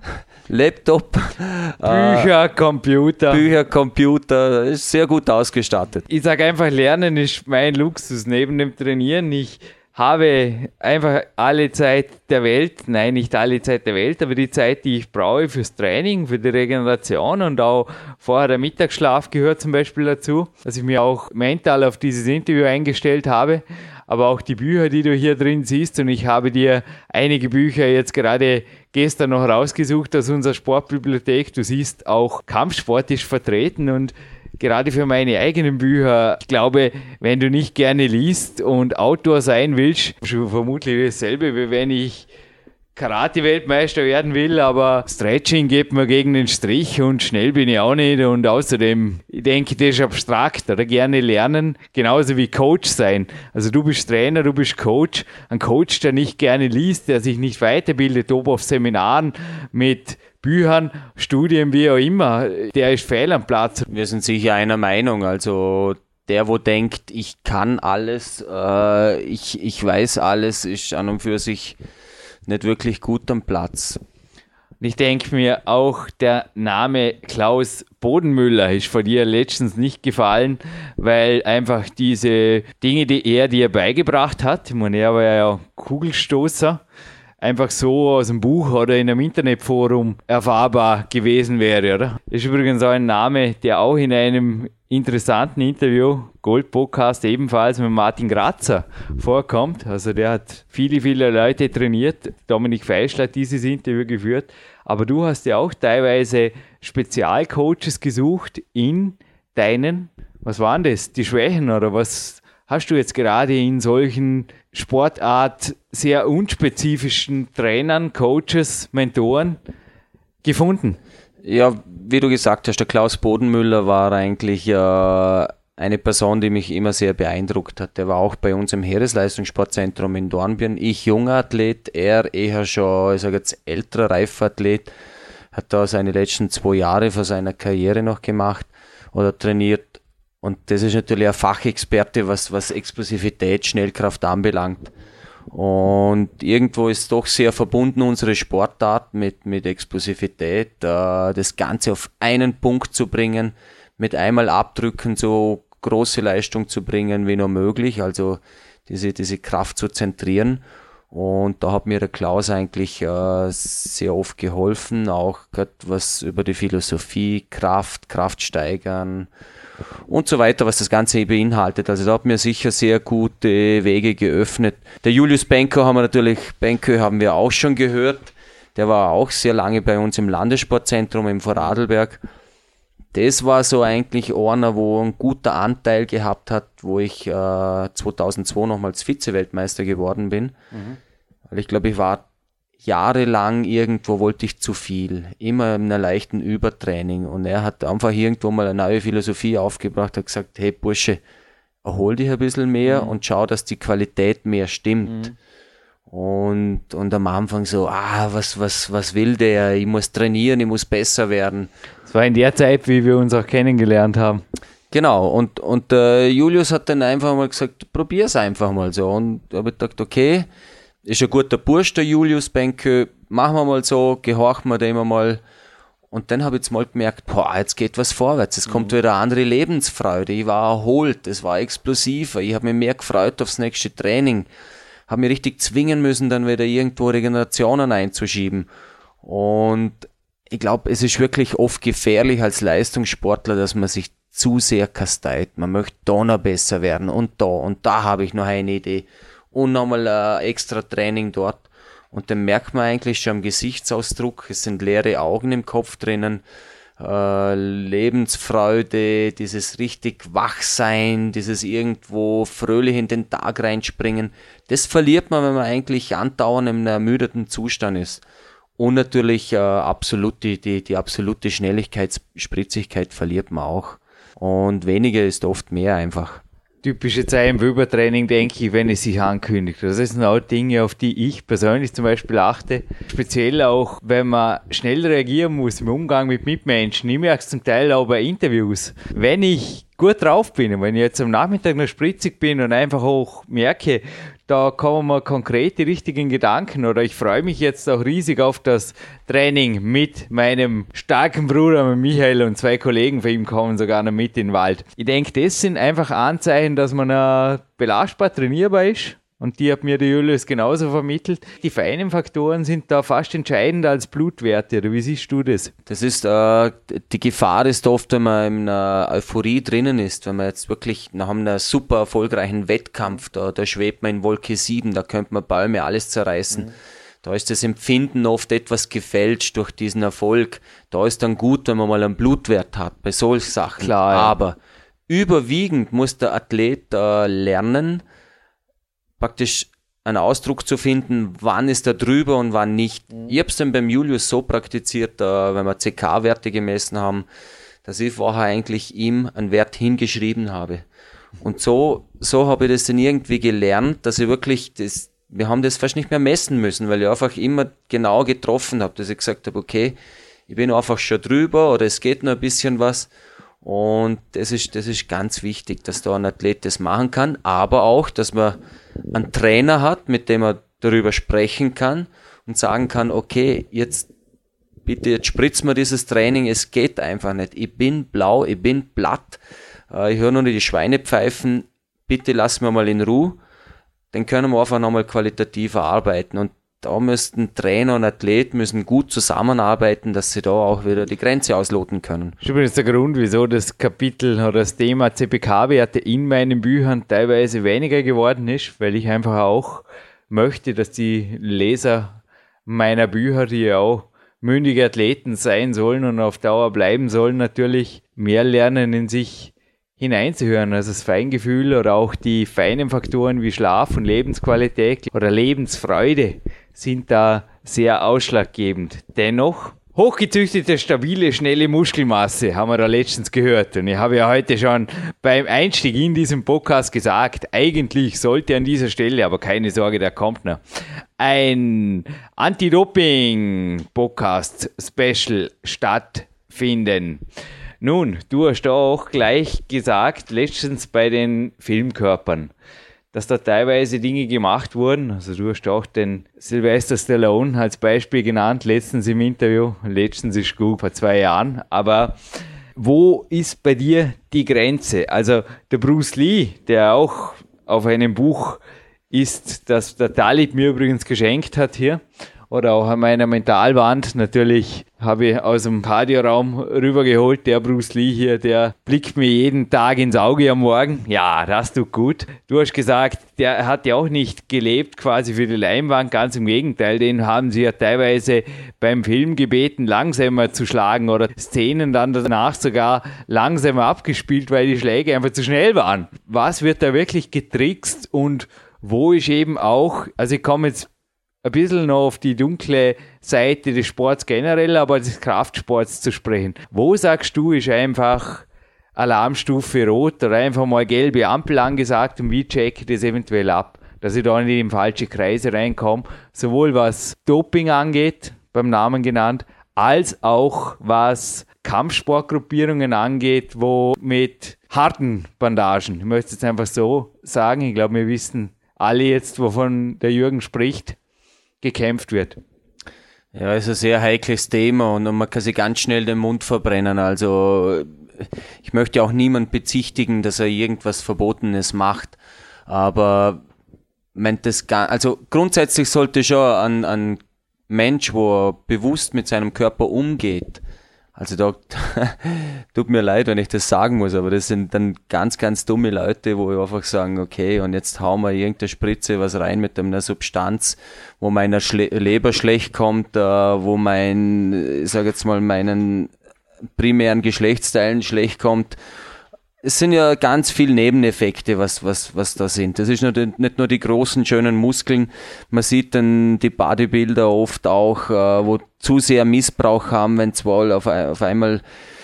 S3: Laptop,
S2: Bücher, äh, Computer.
S3: Bücher, Computer, ist sehr gut ausgestattet.
S2: Ich sage einfach, Lernen ist mein Luxus neben dem Trainieren. Ich habe einfach alle Zeit der Welt, nein, nicht alle Zeit der Welt, aber die Zeit, die ich brauche fürs Training, für die Regeneration und auch vorher der Mittagsschlaf gehört zum Beispiel dazu, dass ich mich auch mental auf dieses Interview eingestellt habe. Aber auch die Bücher, die du hier drin siehst, und ich habe dir einige Bücher jetzt gerade gestern noch rausgesucht aus unserer Sportbibliothek. Du siehst, auch Kampfsport ist vertreten und gerade für meine eigenen Bücher, ich glaube, wenn du nicht gerne liest und Autor sein willst, schon vermutlich dasselbe, wie wenn ich Karate-Weltmeister werden will, aber Stretching geht mir gegen den Strich und schnell bin ich auch nicht und außerdem, ich denke, das ist abstrakt, oder gerne lernen, genauso wie Coach sein. Also du bist Trainer, du bist Coach, ein Coach, der nicht gerne liest, der sich nicht weiterbildet, ob auf Seminaren mit Büchern, Studien, wie auch immer, der ist fehl am Platz.
S3: Wir sind sicher einer Meinung, also der, wo denkt, ich kann alles, äh, ich, ich weiß alles, ist an und für sich nicht wirklich gut am Platz.
S2: Ich denke mir, auch der Name Klaus Bodenmüller ist von dir letztens nicht gefallen, weil einfach diese Dinge, die er dir beigebracht hat, ich meine, er war ja Kugelstoßer, einfach so aus dem Buch oder in einem Internetforum erfahrbar gewesen wäre, oder? Das ist übrigens auch ein Name, der auch in einem interessanten Interview, Gold-Podcast ebenfalls mit Martin Grazer vorkommt. Also der hat viele, viele Leute trainiert. Dominik Feischl hat dieses Interview geführt. Aber du hast ja auch teilweise Spezialcoaches gesucht in deinen, was waren das, die Schwächen oder was hast du jetzt gerade in solchen Sportart sehr unspezifischen Trainern, Coaches, Mentoren gefunden?
S3: Ja, wie du gesagt hast, der Klaus Bodenmüller war eigentlich äh, eine Person, die mich immer sehr beeindruckt hat. Der war auch bei uns im Heeresleistungssportzentrum in Dornbirn. Ich junger Athlet, er eher schon, ich sage jetzt, älterer Reifathlet, hat da seine letzten zwei Jahre vor seiner Karriere noch gemacht oder trainiert. Und das ist natürlich ein Fachexperte, was, was Explosivität, Schnellkraft anbelangt. Und irgendwo ist doch sehr verbunden unsere Sportart mit, mit Explosivität, äh, das Ganze auf einen Punkt zu bringen, mit einmal abdrücken, so große Leistung zu bringen wie nur möglich, also diese, diese Kraft zu zentrieren. Und da hat mir der Klaus eigentlich äh, sehr oft geholfen, auch gerade was über die Philosophie, Kraft, Kraft steigern und so weiter, was das Ganze beinhaltet. Also da hat mir sicher sehr gute Wege geöffnet. Der Julius Benko haben wir natürlich, Benko haben wir auch schon gehört. Der war auch sehr lange bei uns im Landessportzentrum im Vorarlberg. Das war so eigentlich einer, wo ein guter Anteil gehabt hat, wo ich äh, zweitausendzwei nochmals Vize-Weltmeister geworden bin. Mhm. Weil ich glaube, ich war jahrelang irgendwo, wollte ich zu viel. Immer in einer leichten Übertraining. Und er hat einfach irgendwo mal eine neue Philosophie aufgebracht, hat gesagt, hey Bursche, erhol dich ein bisschen mehr mhm. und schau, dass die Qualität mehr stimmt. Mhm. Und, und am Anfang so, ah, was, was, was will der? Ich muss trainieren, ich muss besser werden.
S2: Das war in der Zeit, wie wir uns auch kennengelernt haben.
S3: Genau, und, und der Julius hat dann einfach mal gesagt, probier's einfach mal so. Und da habe ich gedacht, okay, ist ein guter Bursch, der Julius Benke, machen wir mal so, gehorchen wir dem mal. Und dann habe ich jetzt mal gemerkt, boah, jetzt geht was vorwärts, es kommt mhm. wieder eine andere Lebensfreude, ich war erholt, es war explosiver, ich habe mich mehr gefreut aufs nächste Training, habe mich richtig zwingen müssen, dann wieder irgendwo Regenerationen einzuschieben. Und ich glaube, es ist wirklich oft gefährlich als Leistungssportler, dass man sich zu sehr kasteit. Man möchte da noch besser werden und da und da habe ich noch eine Idee und nochmal ein extra Training dort. Und dann merkt man eigentlich schon am Gesichtsausdruck, es sind leere Augen im Kopf drinnen, äh, Lebensfreude, dieses richtig Wachsein, dieses irgendwo fröhlich in den Tag reinspringen. Das verliert man, wenn man eigentlich andauernd in einem ermüdeten Zustand ist. Und natürlich äh, absolut die, die, die absolute Schnelligkeit, Spritzigkeit verliert man auch. Und weniger ist oft mehr einfach.
S2: Typisch jetzt auch im Übertraining, denke ich, wenn es sich ankündigt. Das sind auch Dinge, auf die ich persönlich zum Beispiel achte. Speziell auch, wenn man schnell reagieren muss im Umgang mit Mitmenschen. Ich merke es zum Teil auch bei Interviews. Wenn ich gut drauf bin und wenn ich jetzt am Nachmittag noch spritzig bin und einfach auch merke, da kommen mir konkret die richtigen Gedanken oder ich freue mich jetzt auch riesig auf das Training mit meinem starken Bruder, mit Michael, und zwei Kollegen von ihm kommen sogar noch mit in den Wald. Ich denke, das sind einfach Anzeichen, dass man uh, belastbar trainierbar ist. Und die hat mir der Julius genauso vermittelt. Die feinen Faktoren sind da fast entscheidender als Blutwerte. Oder wie siehst du das?
S3: Das ist, äh, die Gefahr ist oft, wenn man in einer Euphorie drinnen ist, wenn man jetzt wirklich nach einem super erfolgreichen Wettkampf, da, da schwebt man in Wolke sieben, da könnte man Bäume alles zerreißen. Mhm. Da ist das Empfinden oft etwas gefälscht durch diesen Erfolg. Da ist dann gut, wenn man mal einen Blutwert hat, bei solchen Sachen.
S2: Klar, ja.
S3: Aber überwiegend muss der Athlet äh, lernen, praktisch einen Ausdruck zu finden, wann ist er drüber und wann nicht. Mhm. Ich habe es dann beim Julius so praktiziert, äh, wenn wir C K-Werte gemessen haben, dass ich vorher eigentlich ihm einen Wert hingeschrieben habe. Und so, so habe ich das dann irgendwie gelernt, dass ich wirklich, das, wir haben das fast nicht mehr messen müssen, weil ich einfach immer genau getroffen habe, dass ich gesagt habe, okay, ich bin einfach schon drüber oder es geht noch ein bisschen was. Und das ist, das ist ganz wichtig, dass da ein Athlet das machen kann, aber auch, dass man einen Trainer hat, mit dem er darüber sprechen kann und sagen kann, okay, jetzt bitte, jetzt spritzt mir dieses Training, es geht einfach nicht. Ich bin blau, ich bin platt, ich höre nur die Schweine pfeifen, bitte lass mir mal in Ruhe. Dann können wir einfach nochmal qualitativer arbeiten. Und da müssten Trainer und Athlet müssen gut zusammenarbeiten, dass sie da auch wieder die Grenze ausloten können.
S2: Das ist übrigens der Grund, wieso das Kapitel oder das Thema C P K-Werte in meinen Büchern teilweise weniger geworden ist, weil ich einfach auch möchte, dass die Leser meiner Bücher, die ja auch mündige Athleten sein sollen und auf Dauer bleiben sollen, natürlich mehr lernen, in sich hineinzuhören. Also das Feingefühl oder auch die feinen Faktoren wie Schlaf und Lebensqualität oder Lebensfreude sind da sehr ausschlaggebend. Dennoch, hochgezüchtete, stabile, schnelle Muskelmasse haben wir da letztens gehört. Und ich habe ja heute schon beim Einstieg in diesen Podcast gesagt, eigentlich sollte an dieser Stelle, aber keine Sorge, der kommt noch, ein Anti-Doping-Podcast-Special stattfinden. Nun, du hast da auch gleich gesagt, letztens bei den Filmkörpern, dass da teilweise Dinge gemacht wurden. Also du hast auch den Sylvester Stallone als Beispiel genannt, letztens im Interview. Letztens ist gut, vor zwei Jahren. Aber wo ist bei dir die Grenze? Also der Bruce Lee, der auch auf einem Buch ist, das der Talib mir übrigens geschenkt hat hier, oder auch an meiner Mentalwand. Natürlich habe ich aus dem Kardioraum rübergeholt, der Bruce Lee hier, der blickt mir jeden Tag ins Auge am Morgen. Ja, das tut gut. Du hast gesagt, der hat ja auch nicht gelebt quasi für die Leinwand, ganz im Gegenteil, den haben sie ja teilweise beim Film gebeten, langsamer zu schlagen oder Szenen dann danach sogar langsamer abgespielt, weil die Schläge einfach zu schnell waren. Was wird da wirklich getrickst und wo ist eben auch, also ich komme jetzt ein bisschen noch auf die dunkle Seite des Sports generell, aber des Kraftsports zu sprechen. Wo sagst du, ist einfach Alarmstufe rot oder einfach mal gelbe Ampel angesagt und wie checke ich das eventuell ab, dass ich da nicht in falsche Kreise reinkomme, sowohl was Doping angeht, beim Namen genannt, als auch was Kampfsportgruppierungen angeht, wo mit harten Bandagen. Ich möchte es jetzt einfach so sagen. Ich glaube, wir wissen alle jetzt, wovon der Jürgen spricht, gekämpft wird.
S3: Ja, ist ein sehr heikles Thema und man kann sich ganz schnell den Mund verbrennen. Also ich möchte auch niemand bezichtigen, dass er irgendwas Verbotenes macht. Aber wenn das gar, also grundsätzlich sollte schon ein, ein Mensch, wo bewusst mit seinem Körper umgeht, also da tut mir leid, wenn ich das sagen muss, aber das sind dann ganz, ganz dumme Leute, wo einfach sagen, okay, und jetzt hauen wir irgendeine Spritze was rein mit einer Substanz, wo meiner Schle- Leber schlecht kommt, äh, wo mein, ich sage jetzt mal, meinen primären Geschlechtsteilen schlecht kommt. Es sind ja ganz viele Nebeneffekte, was, was, was da sind. Das ist nicht, nicht nur die großen, schönen Muskeln. Man sieht dann die Bodybuilder oft auch, äh, wo zu sehr Missbrauch haben, wenn zwar auf, auf einmal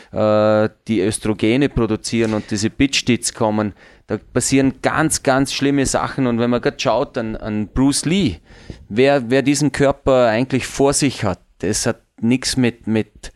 S3: äh, die Östrogene produzieren und diese Bitch-Tits kommen. Da passieren ganz, ganz schlimme Sachen. Und wenn man gerade schaut an, an Bruce Lee, wer, wer diesen Körper eigentlich vor sich hat, das hat nichts mit, mit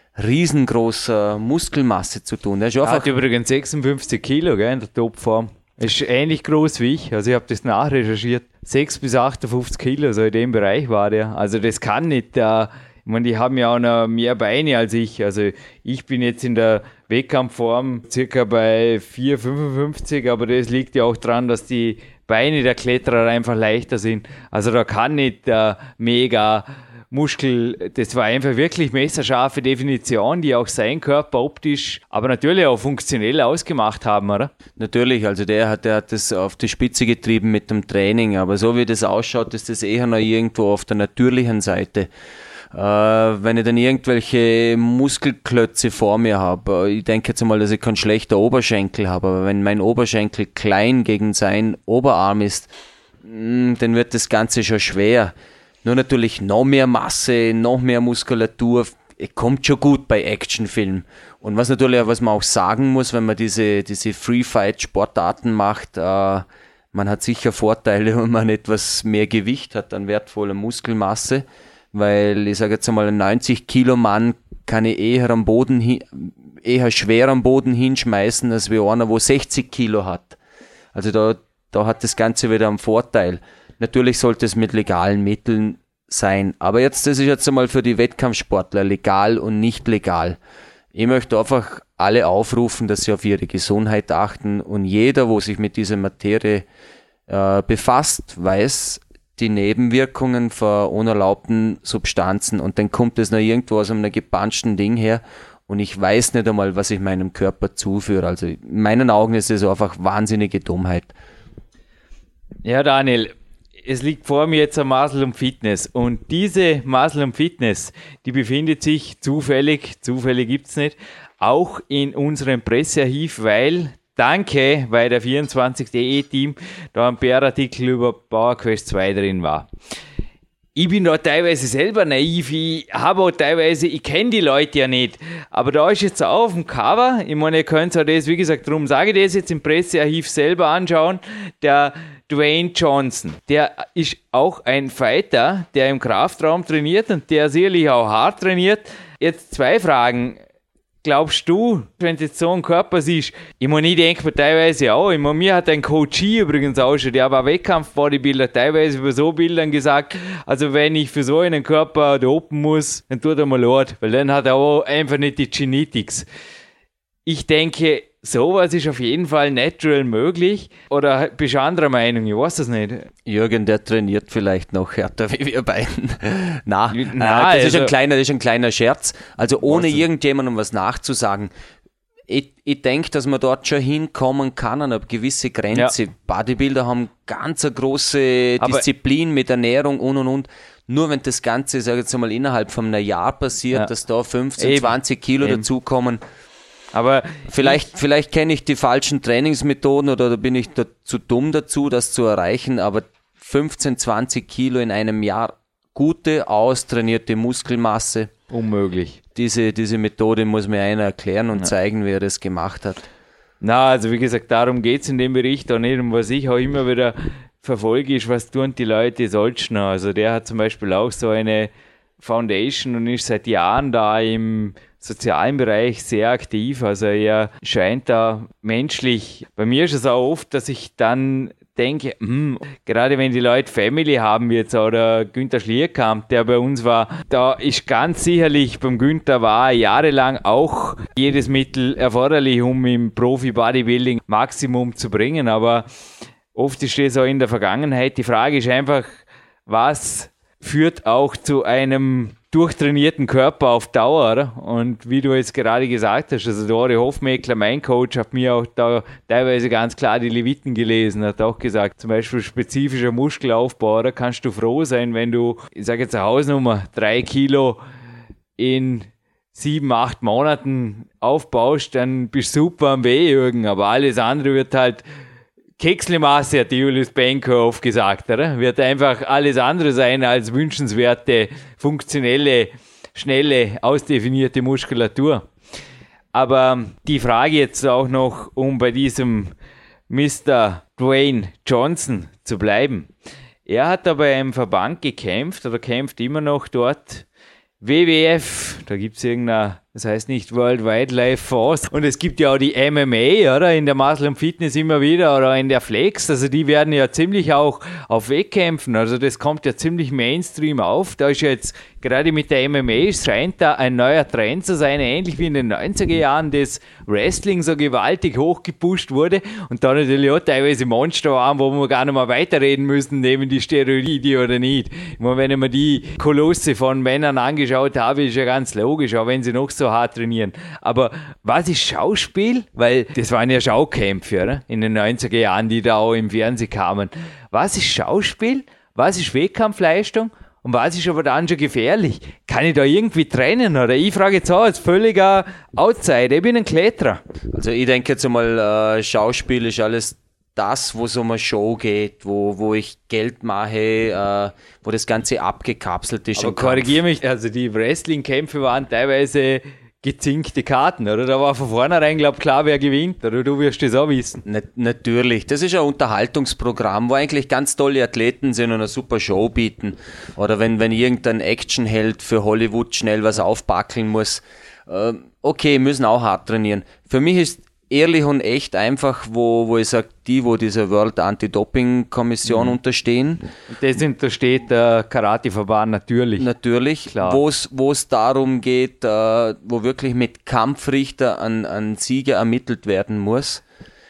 S3: riesengroßer Muskelmasse zu tun. Der ist
S2: Er hat übrigens sechsundfünfzig Kilo, gell, in der Topform. Ist ähnlich groß wie ich. Also ich habe das nachrecherchiert. sechs bis achtundfünfzig Kilo, so in dem Bereich war der. Also das kann nicht. Äh, ich meine, die haben ja auch noch mehr Beine als ich. Also ich bin jetzt in der Wettkampfform circa bei vier Komma fünfundfünfzig, aber das liegt ja auch daran, dass die Beine der Kletterer einfach leichter sind. Also da kann nicht äh, mega Muskel, das war einfach wirklich messerscharfe Definition, die auch seinen Körper optisch, aber natürlich auch funktionell ausgemacht haben, oder?
S3: Natürlich, also der hat, der hat das auf die Spitze getrieben mit dem Training, aber so wie das ausschaut, ist das eher noch irgendwo auf der natürlichen Seite. Äh, wenn ich dann irgendwelche Muskelklötze vor mir habe, ich denke jetzt mal, dass ich keinen schlechten Oberschenkel habe, aber wenn mein Oberschenkel klein gegen seinen Oberarm ist, mh, dann wird das Ganze schon schwer. Nur natürlich noch mehr Masse, noch mehr Muskulatur, kommt schon gut bei Actionfilmen. Und was natürlich, was man auch sagen muss, wenn man diese, diese Free-Fight-Sportarten macht, äh, man hat sicher Vorteile, wenn man etwas mehr Gewicht hat an wertvoller Muskelmasse, weil ich sage jetzt einmal, ein neunzig Kilo Mann kann ich eher am Boden, hin, eher schwer am Boden hinschmeißen, als wie einer, wo sechzig Kilo hat. Also da, da hat das Ganze wieder einen Vorteil. Natürlich sollte es mit legalen Mitteln sein. Aber jetzt, das ist jetzt einmal für die Wettkampfsportler legal und nicht legal. Ich möchte einfach alle aufrufen, dass sie auf ihre Gesundheit achten und jeder, wo sich mit dieser Materie äh, befasst, weiß die Nebenwirkungen von unerlaubten Substanzen und dann kommt es noch irgendwo aus einem gepanschten Ding her und ich weiß nicht einmal, was ich meinem Körper zuführe. Also in meinen Augen ist es einfach wahnsinnige Dummheit.
S2: Ja, Daniel, es liegt vor mir jetzt ein Muscle und Fitness und diese Muscle und Fitness, die befindet sich zufällig, zufällig gibt es nicht, auch in unserem Pressearchiv, weil, danke, weil der vierundzwanzig punkt de Team da ein P R-Artikel über PowerQuest zwei drin war. Ich bin da teilweise selber naiv, ich habe auch teilweise, ich kenne die Leute ja nicht, aber da ist jetzt auch auf dem Cover, ich meine, ihr könnt auch das, wie gesagt, darum sage ich das jetzt im Pressearchiv selber anschauen, der Dwayne Johnson, der ist auch ein Fighter, der im Kraftraum trainiert und der sicherlich auch hart trainiert. Jetzt zwei Fragen. Glaubst du, wenn du jetzt so einen Körper siehst, ich meine, ich denke mir teilweise auch, ich meine, mir hat ein Coach übrigens auch schon, der war Wettkampf-Bodybuilder, teilweise über so Bildern gesagt, also wenn ich für so einen Körper dopen muss, dann tut er mal leid, weil dann hat er auch einfach nicht die Genetics. Ich denke, sowas ist auf jeden Fall natural möglich. Oder bist du anderer Meinung? Ich weiß das nicht.
S3: Jürgen, der trainiert vielleicht noch härter wie wir beiden. Na,
S2: Na,
S3: das, ist
S2: also,
S3: ein kleiner, das ist ein kleiner Scherz. Also ohne irgendjemandem was nachzusagen. Ich, ich denke, dass man dort schon hinkommen kann an eine gewisse Grenze. Ja. Bodybuilder haben ganz eine große Disziplin mit Ernährung und und und. Nur wenn das Ganze, sag ich jetzt mal, innerhalb von einem Jahr passiert, ja, dass da fünfzehn, eben, zwanzig Kilo eben dazukommen. Aber vielleicht, vielleicht kenne ich die falschen Trainingsmethoden oder bin ich da zu dumm dazu, das zu erreichen, aber fünfzehn, zwanzig Kilo in einem Jahr, gute, austrainierte Muskelmasse.
S2: Unmöglich.
S3: Diese, diese Methode muss mir einer erklären und ja. zeigen, wie er das gemacht hat.
S2: Na, also wie gesagt, darum geht es in dem Bericht auch nicht. Und was ich auch immer wieder verfolge, ist, was tun die Leute sonst noch. Also der hat zum Beispiel auch so eine Foundation und ist seit Jahren da im sozialen Bereich sehr aktiv. Also er scheint da menschlich. Bei mir ist es auch oft, dass ich dann denke, hm, gerade wenn die Leute Family haben jetzt oder Günther Schlierkamp, der bei uns war, da ist ganz sicherlich beim Günther war jahrelang auch jedes Mittel erforderlich, um im Profi-Bodybuilding Maximum zu bringen, aber oft ist das auch in der Vergangenheit. Die Frage ist einfach, was führt auch zu einem durchtrainierten Körper auf Dauer, oder? Und wie du jetzt gerade gesagt hast, also Dori Hofmeckler, mein Coach, hat mir auch da teilweise ganz klar die Leviten gelesen, hat auch gesagt, zum Beispiel spezifischer Muskelaufbau, da kannst du froh sein, wenn du, ich sage jetzt eine Hausnummer, drei Kilo in sieben, acht Monaten aufbaust, dann bist du super am Weh, Jürgen, aber alles andere wird halt Kekslemasse, hat die Julius Benko oft gesagt, oder? Wird einfach alles andere sein als wünschenswerte, funktionelle, schnelle, ausdefinierte Muskulatur. Aber die Frage jetzt auch noch, um bei diesem Mister Dwayne Johnson zu bleiben. Er hat da bei einem Verband gekämpft oder kämpft immer noch dort. W W F, da gibt es irgendeine, das heißt nicht World Wildlife Force, und es gibt ja auch die M M A, oder, in der Muscle and Fitness immer wieder, oder in der Flex, also die werden ja ziemlich auch auf Wettkämpfen, also das kommt ja ziemlich Mainstream auf, da ist ja jetzt gerade mit der M M A scheint da ein neuer Trend zu sein, ähnlich wie in den neunziger Jahren das Wrestling so gewaltig hochgepusht wurde und da natürlich auch teilweise Monster waren, wo wir gar nicht mal weiterreden müssen, neben die Steroide oder nicht. Ich meine, wenn ich mir die Kolosse von Männern angeschaut habe, ist ja ganz logisch, auch wenn sie noch so hart trainieren. Aber was ist Schauspiel? Weil das waren ja Schaukämpfe, oder? In den neunziger Jahren, die da auch im Fernsehen kamen. Was ist Schauspiel? Was ist Wettkampfleistung? Und was ist aber dann schon gefährlich? Kann ich da irgendwie trennen? Oder ich frage jetzt auch als völliger Outsider, ich bin ein Kletterer.
S3: Also ich denke jetzt einmal, äh, Schauspiel ist alles das, wo es um eine Show geht, wo, wo ich Geld mache, äh, wo das Ganze abgekapselt ist.
S2: Aber korrigiere mich, also die Wrestling-Kämpfe waren teilweise gezinkte Karten, oder? Da war von vornherein, glaube ich, klar, wer gewinnt, oder? Du wirst das auch wissen.
S3: Na, natürlich. Das ist ein Unterhaltungsprogramm, wo eigentlich ganz tolle Athleten sind und eine super Show bieten. Oder wenn, wenn irgendein Actionheld für Hollywood schnell was aufbackeln muss. Äh, okay, müssen auch hart trainieren. Für mich ist ehrlich und echt einfach, wo, wo ich sage, die, wo dieser World Anti-Doping-Kommission mhm. unterstehen.
S2: Und das untersteht der Karateverband natürlich.
S3: Natürlich, klar. Wo es darum geht, äh, wo wirklich mit Kampfrichter an, an Sieger ermittelt werden muss.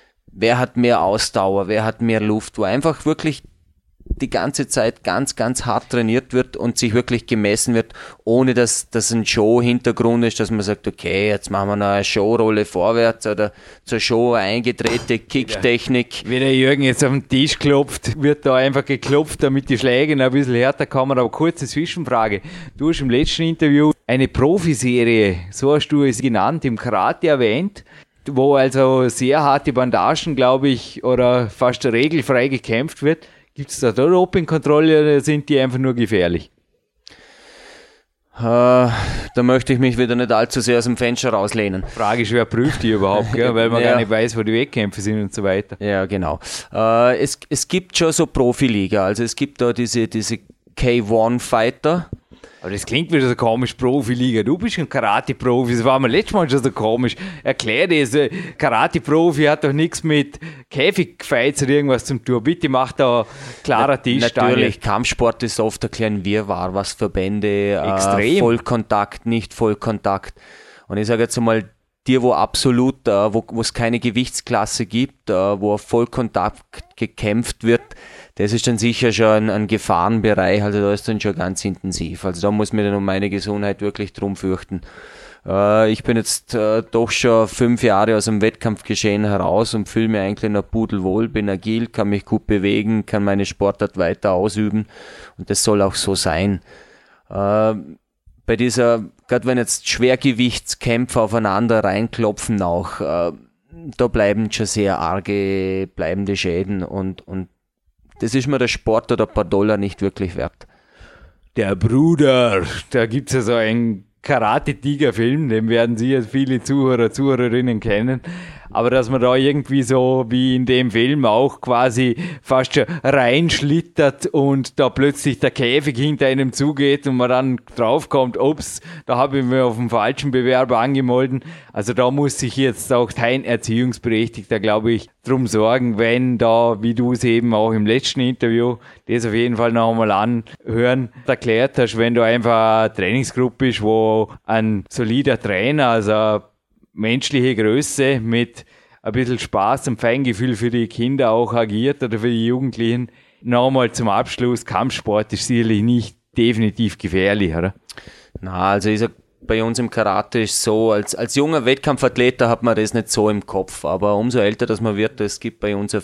S3: Wer hat mehr Ausdauer, wer hat mehr Luft, wo einfach wirklich die ganze Zeit ganz, ganz hart trainiert wird und sich wirklich gemessen wird, ohne dass das ein Show-Hintergrund ist, dass man sagt, okay, jetzt machen wir noch eine Showrolle vorwärts oder zur Show eingedrehte Kicktechnik.
S2: Wie der Jürgen jetzt auf den Tisch klopft, wird da einfach geklopft, damit die Schläge noch ein bisschen härter kommen. Aber kurze Zwischenfrage. Du hast im letzten Interview eine Profiserie, so hast du es genannt, im Karate erwähnt, wo also sehr harte Bandagen, glaube ich, oder fast regelfrei gekämpft wird. Gibt es da Dopingkontrolle oder sind die einfach nur gefährlich?
S3: Uh, da möchte ich mich wieder nicht allzu sehr aus dem Fenster rauslehnen.
S2: Frage ist, wer prüft die überhaupt, gell? Weil man ja. gar nicht weiß, wo die Wettkämpfe sind und so weiter.
S3: Ja, genau. Uh, es, es gibt schon so Profiliga, also es gibt da diese, diese K eins Fighter.
S2: Aber das klingt wieder so komisch, Profiliga. Du bist ein Karate-Profi, das war mir letztes Mal schon so komisch. Erklär das, Karate-Profi hat doch nichts mit Käfigfights oder irgendwas zu tun. Bitte mach da klarer Tisch.
S3: Natürlich, Kampfsport ist oft ein kleiner Wirrwarr, was Verbände, äh, Vollkontakt, nicht Vollkontakt. Und ich sage jetzt einmal, dir, wo absolut, äh, wo es keine Gewichtsklasse gibt, äh, wo auf Vollkontakt gekämpft wird, das ist dann sicher schon ein, ein Gefahrenbereich, also da ist dann schon ganz intensiv. Also da muss man dann um meine Gesundheit wirklich drum fürchten. Äh, ich bin jetzt äh, doch schon fünf Jahre aus dem Wettkampfgeschehen heraus und fühle mich eigentlich noch pudelwohl, bin agil, kann mich gut bewegen, kann meine Sportart weiter ausüben und das soll auch so sein. Äh, bei dieser, gerade wenn jetzt Schwergewichtskämpfer aufeinander reinklopfen auch, äh, da bleiben schon sehr arge bleibende Schäden und, und das ist mir der Sport oder ein paar Dollar nicht wirklich wert.
S2: Der Bruder, da gibt es ja so einen Karate-Tiger-Film, den werden Sie jetzt viele Zuhörer, Zuhörerinnen kennen. aber dass man da irgendwie so wie in dem Film auch quasi fast schon reinschlittert und da plötzlich der Käfig hinter einem zugeht und man dann draufkommt, ups, da habe ich mir auf den falschen Bewerber angemeldet. Also da muss sich jetzt auch kein Erziehungsberechtigter, glaube ich, drum sorgen, wenn da, wie du es eben auch im letzten Interview, das auf jeden Fall noch einmal anhören, erklärt hast, wenn du einfach eine Trainingsgruppe bist, wo ein solider Trainer, also eine menschliche Größe mit ein bisschen Spaß und Feingefühl für die Kinder auch agiert oder für die Jugendlichen. Nochmal zum Abschluss, Kampfsport ist sicherlich nicht definitiv gefährlich, oder?
S3: Na, also ich sag, bei uns im Karate ist so, als, als junger Wettkampfathlet, da hat man das nicht so im Kopf, aber umso älter das man wird, es gibt bei uns einen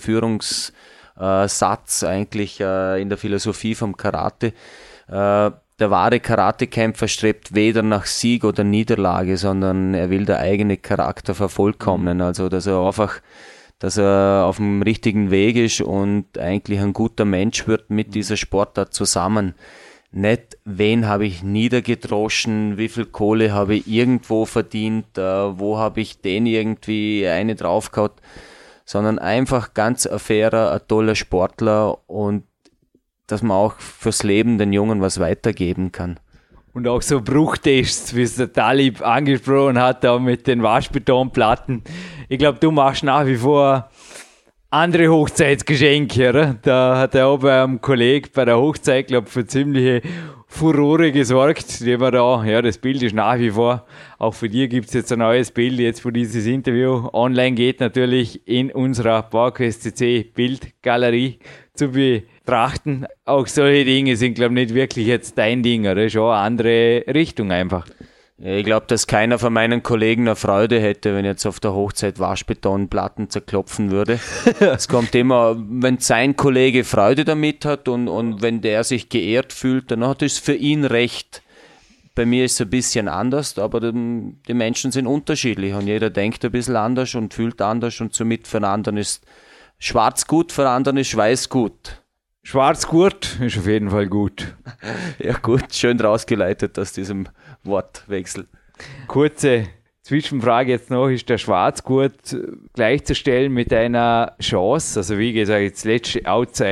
S3: Führungssatz eigentlich äh, in der Philosophie vom Karate. Äh, der wahre Karatekämpfer strebt weder nach Sieg oder Niederlage, sondern er will der eigene Charakter vervollkommnen, also dass er einfach, dass er auf dem richtigen Weg ist und eigentlich ein guter Mensch wird mit dieser Sportart zusammen. Nicht, wen habe ich niedergedroschen, wie viel Kohle habe ich irgendwo verdient, äh, wo habe ich den irgendwie eine draufgehauen, sondern einfach ganz ein fairer, ein toller Sportler und dass man auch fürs Leben den Jungen was weitergeben kann.
S2: Und auch so Bruchtests, wie es der Talib angesprochen hat, da mit den Waschbetonplatten. Ich glaube, du machst nach wie vor andere Hochzeitsgeschenke, oder? Da hat er auch bei einem Kollegen bei der Hochzeit, glaube ich, für ziemliche Furore gesorgt, die wir da, ja, das Bild ist nach wie vor, auch für dir gibt es jetzt ein neues Bild, jetzt wo dieses Interview online geht, natürlich in unserer PowerQuest C C Bildgalerie zu betrachten. Auch solche Dinge sind, glaube ich, nicht wirklich jetzt dein Ding, oder? Schon eine andere Richtung einfach.
S3: Ich glaube, dass keiner von meinen Kollegen eine Freude hätte, wenn jetzt auf der Hochzeit Waschbetonplatten zerklopfen würde. Es kommt immer, wenn sein Kollege Freude damit hat und, und wenn der sich geehrt fühlt, dann hat es für ihn recht. Bei mir ist es ein bisschen anders, aber die, die Menschen sind unterschiedlich und jeder denkt ein bisschen anders und fühlt anders und somit für einen anderen ist schwarz gut, für einen anderen ist weiß gut.
S2: Schwarz gut ist auf jeden Fall gut.
S3: Ja gut, schön rausgeleitet aus diesem Wortwechsel.
S2: Kurze Zwischenfrage jetzt noch, ist der Schwarzgurt gleichzustellen mit einer Chance? Also wie gesagt, jetzt letzte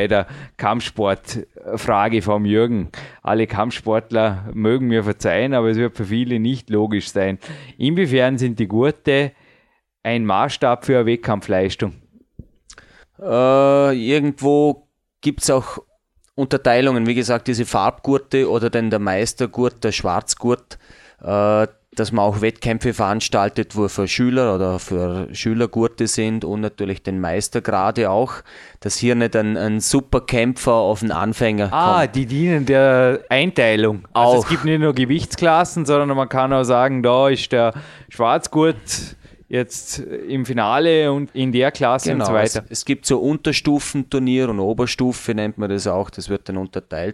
S2: Outsider-Kampfsport-Frage vom Jürgen. Alle Kampfsportler mögen mir verzeihen, aber es wird für viele nicht logisch sein. Inwiefern sind die Gurte ein Maßstab für eine Wettkampfleistung?
S3: Äh, irgendwo gibt es auch Unterteilungen, wie gesagt, diese Farbgurte oder dann der Meistergurt, der Schwarzgurt, äh, dass man auch Wettkämpfe veranstaltet, wo für Schüler oder für Schülergurte sind und natürlich den Meistergrade auch, dass hier nicht ein, ein Superkämpfer auf den Anfänger kommt.
S2: Ah, die dienen der Einteilung.
S3: Auch.
S2: Also es gibt nicht nur Gewichtsklassen, sondern man kann auch sagen, da ist der Schwarzgurt jetzt im Finale und in der Klasse
S3: genau,
S2: und so weiter.
S3: Es, es gibt so Unterstufenturnier und Oberstufe nennt man das auch, das wird dann unterteilt.